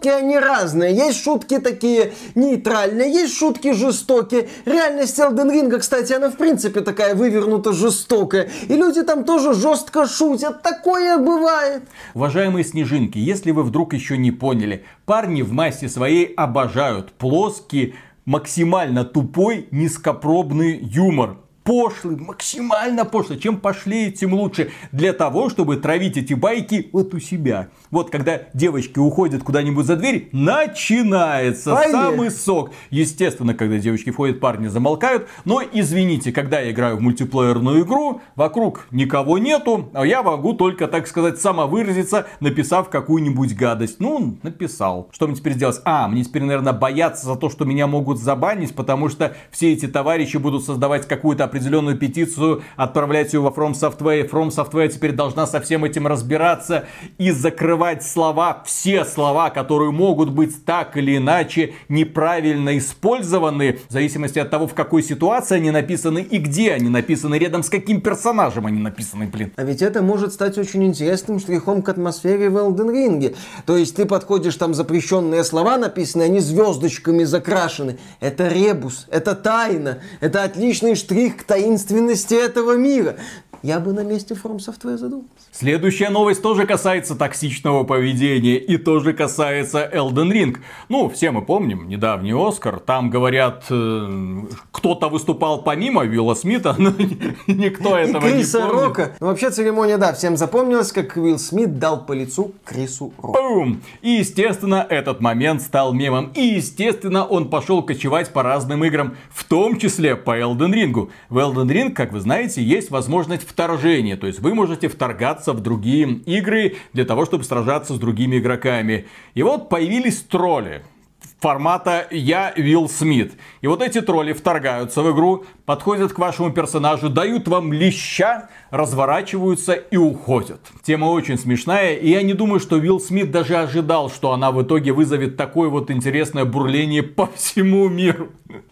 разные. Есть шутки такие нейтральные, есть шутки жестокие. Реальность Elden Ring, кстати, она в принципе такая вывернута жестокая. И люди там тоже жестко шутят. Такое бывает. Уважаемые снежинки, если вы вдруг еще не поняли, парни в массе своей обожают плоский, максимально тупой, низкопробный юмор. Пошлый, максимально пошлый. Чем пошлее, тем лучше. Для того, чтобы травить эти байки вот у себя. Вот когда девочки уходят куда-нибудь за дверь, начинается Пойди. самый сок. Естественно, когда девочки входят, парни замолкают. Но извините, когда я играю в мультиплеерную игру, вокруг никого нету, а я могу только, так сказать, самовыразиться, написав какую-нибудь гадость. Ну, написал. Что мне теперь делать? А, мне теперь, наверное, бояться за то, что меня могут забанить, потому что все эти товарищи будут создавать какую-то определенную петицию, отправлять ее во From Software. From Software теперь должна со всем этим разбираться и закрывать слова, все слова, которые могут быть так или иначе неправильно использованы, в зависимости от того, в какой ситуации они написаны и где они написаны, рядом с каким персонажем они написаны, блин. А ведь это может стать очень интересным штрихом к атмосфере в Elden Ring. То есть ты подходишь, там запрещенные слова написаны, они звездочками закрашены. Это ребус, это тайна, это отличный штрих к таинственности этого мира. Я бы на месте From Software задумался. Следующая новость тоже касается токсичного поведения и тоже касается Elden Ring. Ну, все мы помним недавний Оскар. Там, говорят, э, кто-то выступал помимо Уилла Смита, но никто этого и Криса не помнит. Рока. Ну, вообще церемония, да, всем запомнилась, как Уилл Смит дал по лицу Крису Року. Бум! И, естественно, этот момент стал мемом. И, естественно, он пошел кочевать по разным играм, в том числе по Elden Ring. В Elden Ring, как вы знаете, есть возможность вторжения. То есть вы можете вторгаться в другие игры для того, чтобы сражаться с другими игроками. И вот появились тролли формата «Я Уилл Смит». И вот эти тролли вторгаются в игру, подходят к вашему персонажу, дают вам леща, разворачиваются и уходят. Тема очень смешная, и я не думаю, что Уилл Смит даже ожидал, что она в итоге вызовет такое вот интересное бурление по всему миру.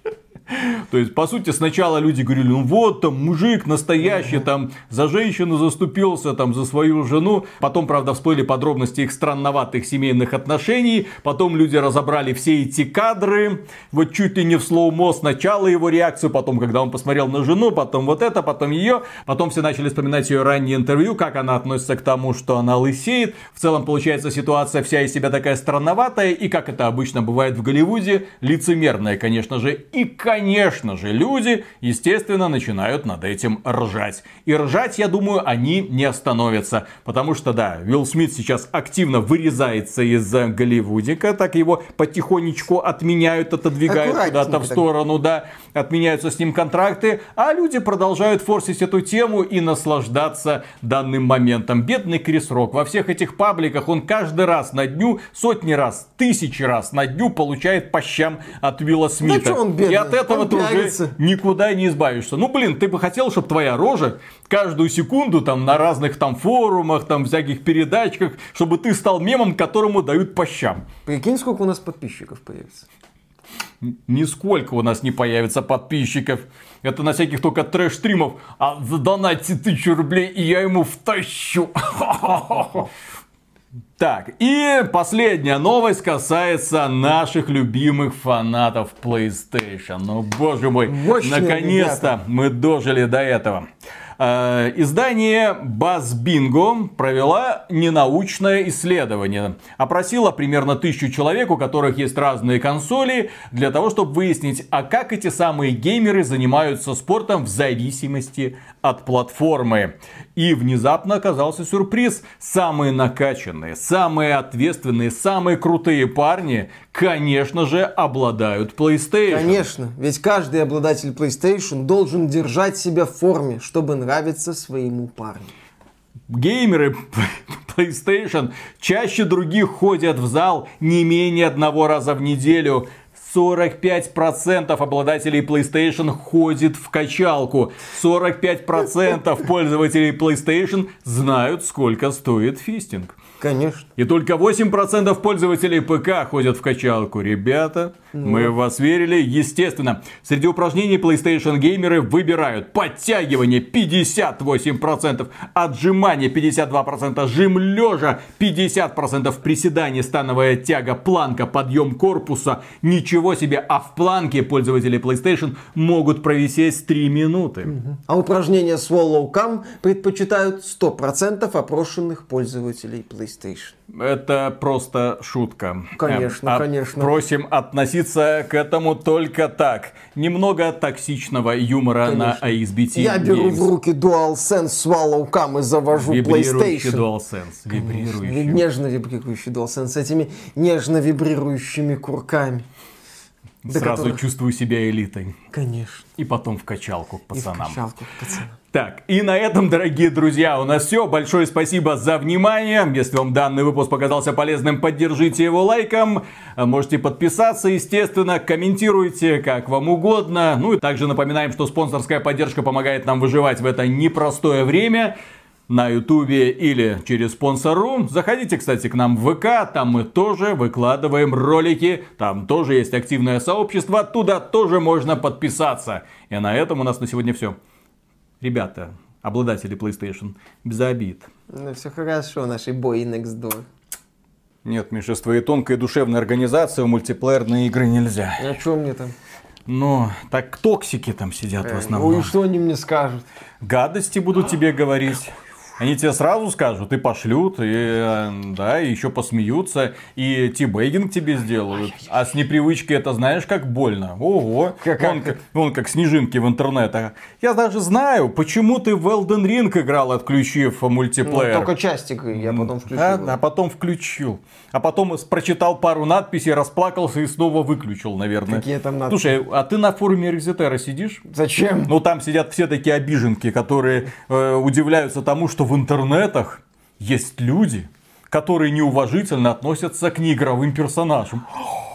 То есть, по сути, сначала люди говорили, ну вот, там, мужик настоящий, там, за женщину заступился, там, за свою жену. Потом, правда, всплыли подробности их странноватых семейных отношений. Потом люди разобрали все эти кадры, вот чуть ли не в слоумо. Сначала его реакцию, потом, когда он посмотрел на жену, потом вот это, потом ее. Потом все начали вспоминать ее раннее интервью, как она относится к тому, что она лысеет. В целом, получается, ситуация вся из себя такая странноватая. И, как это обычно бывает в Голливуде, лицемерная, конечно же. И, конечно, Конечно же, люди, естественно, начинают над этим ржать. И ржать, я думаю, они не остановятся. Потому что, да, Уилл Смит сейчас активно вырезается из голливудика. Так его потихонечку отменяют, отодвигают куда-то в сторону, да. Отменяются с ним контракты. А люди продолжают форсить эту тему и наслаждаться данным моментом. Бедный Крис Рок. Во всех этих пабликах он каждый раз на дню, сотни раз, тысячи раз на дню получает по щам от Уилла Смита. Да он бедный? И от этого ты уже никуда не избавишься. Ну, блин, ты бы хотел, чтобы твоя рожа каждую секунду там на разных там форумах, там всяких передачках, чтобы ты стал мемом, которому дают по щам. Прикинь, сколько у нас подписчиков появится. Нисколько у нас не появится подписчиков. Это на всяких только трэш-стримов. А задонатьте тысячу рублей, и я ему втащу. Так, и последняя новость касается наших любимых фанатов PlayStation. Ну, боже мой, Мощные наконец-то ребята. мы дожили до этого. Издание BuzzBingo провела ненаучное исследование. Опросила примерно тысячу человек, у которых есть разные консоли, для того, чтобы выяснить, а как эти самые геймеры занимаются спортом в зависимости от платформы. И внезапно оказался сюрприз. Самые накачанные, самые ответственные, самые крутые парни, конечно же, обладают PlayStation. Конечно, ведь каждый обладатель PlayStation должен держать себя в форме, чтобы нравиться своему парню. Геймеры PlayStation чаще других ходят в зал не менее одного раза в неделю. сорок пять процентов обладателей PlayStation ходит в качалку. сорок пять процентов пользователей PlayStation знают, сколько стоит фистинг. Конечно. И только восемь процентов пользователей ПК ходят в качалку. Ребята, ну. мы в вас верили. Естественно, среди упражнений PlayStation геймеры выбирают подтягивание пятьдесят восемь процентов, отжимание пятьдесят два процента, жим лежа пятьдесят процентов, приседание, становая тяга, планка, подъем корпуса. Ничего себе, а в планке пользователи PlayStation могут провисеть три минуты. Угу. А упражнения Swallow Cam предпочитают сто процентов опрошенных пользователей PlayStation. Это просто шутка. Конечно, а, конечно. Просим относиться к этому только так. Немного токсичного юмора конечно. На эй эс би ти Я беру Games. В руки DualSense Swallow Cam и завожу вибрирующий PlayStation. DualSense. Вибрирующий. Нежно вибрирующий DualSense с этими нежно вибрирующими курками. Сразу которых... чувствую себя элитой. Конечно. И потом в качалку к пацанам. И в качалку к пацанам. Так, и на этом, дорогие друзья, у нас все. Большое спасибо за внимание. Если вам данный выпуск показался полезным, поддержите его лайком. Можете подписаться, естественно, комментируйте как вам угодно. Ну и также напоминаем, что спонсорская поддержка помогает нам выживать в это непростое время. На Ютубе или через спонсор.ру. Заходите, кстати, к нам в ВК, там мы тоже выкладываем ролики, там тоже есть активное сообщество, туда тоже можно подписаться. И на этом у нас на сегодня все. Ребята, обладатели PlayStation, без обид. Ну все хорошо, наши бои next door. Нет, Миша, с твоей тонкой душевной организацией в мультиплеерные игры нельзя. А что мне там? Ну, так токсики там сидят э, в основном. Ну и что они мне скажут? Гадости будут тебе говорить. Они тебе сразу скажут и пошлют, и, да, и еще посмеются, и тибейгинг тебе сделают. А с непривычки это знаешь, как больно. Ого, как, вон, как, вон как снежинки в интернетах. Я даже знаю, почему ты в Elden Ring играл, отключив мультиплеер. Ну, только часть игры, я потом включил. А, а потом включил. А потом прочитал пару надписей, расплакался и снова выключил, наверное. Какие там надписи? Слушай, а ты на форуме Резетера сидишь? Зачем? Ну, там сидят все такие обиженки, которые э, удивляются тому, что в интернетах есть люди, которые неуважительно относятся к неигровым персонажам.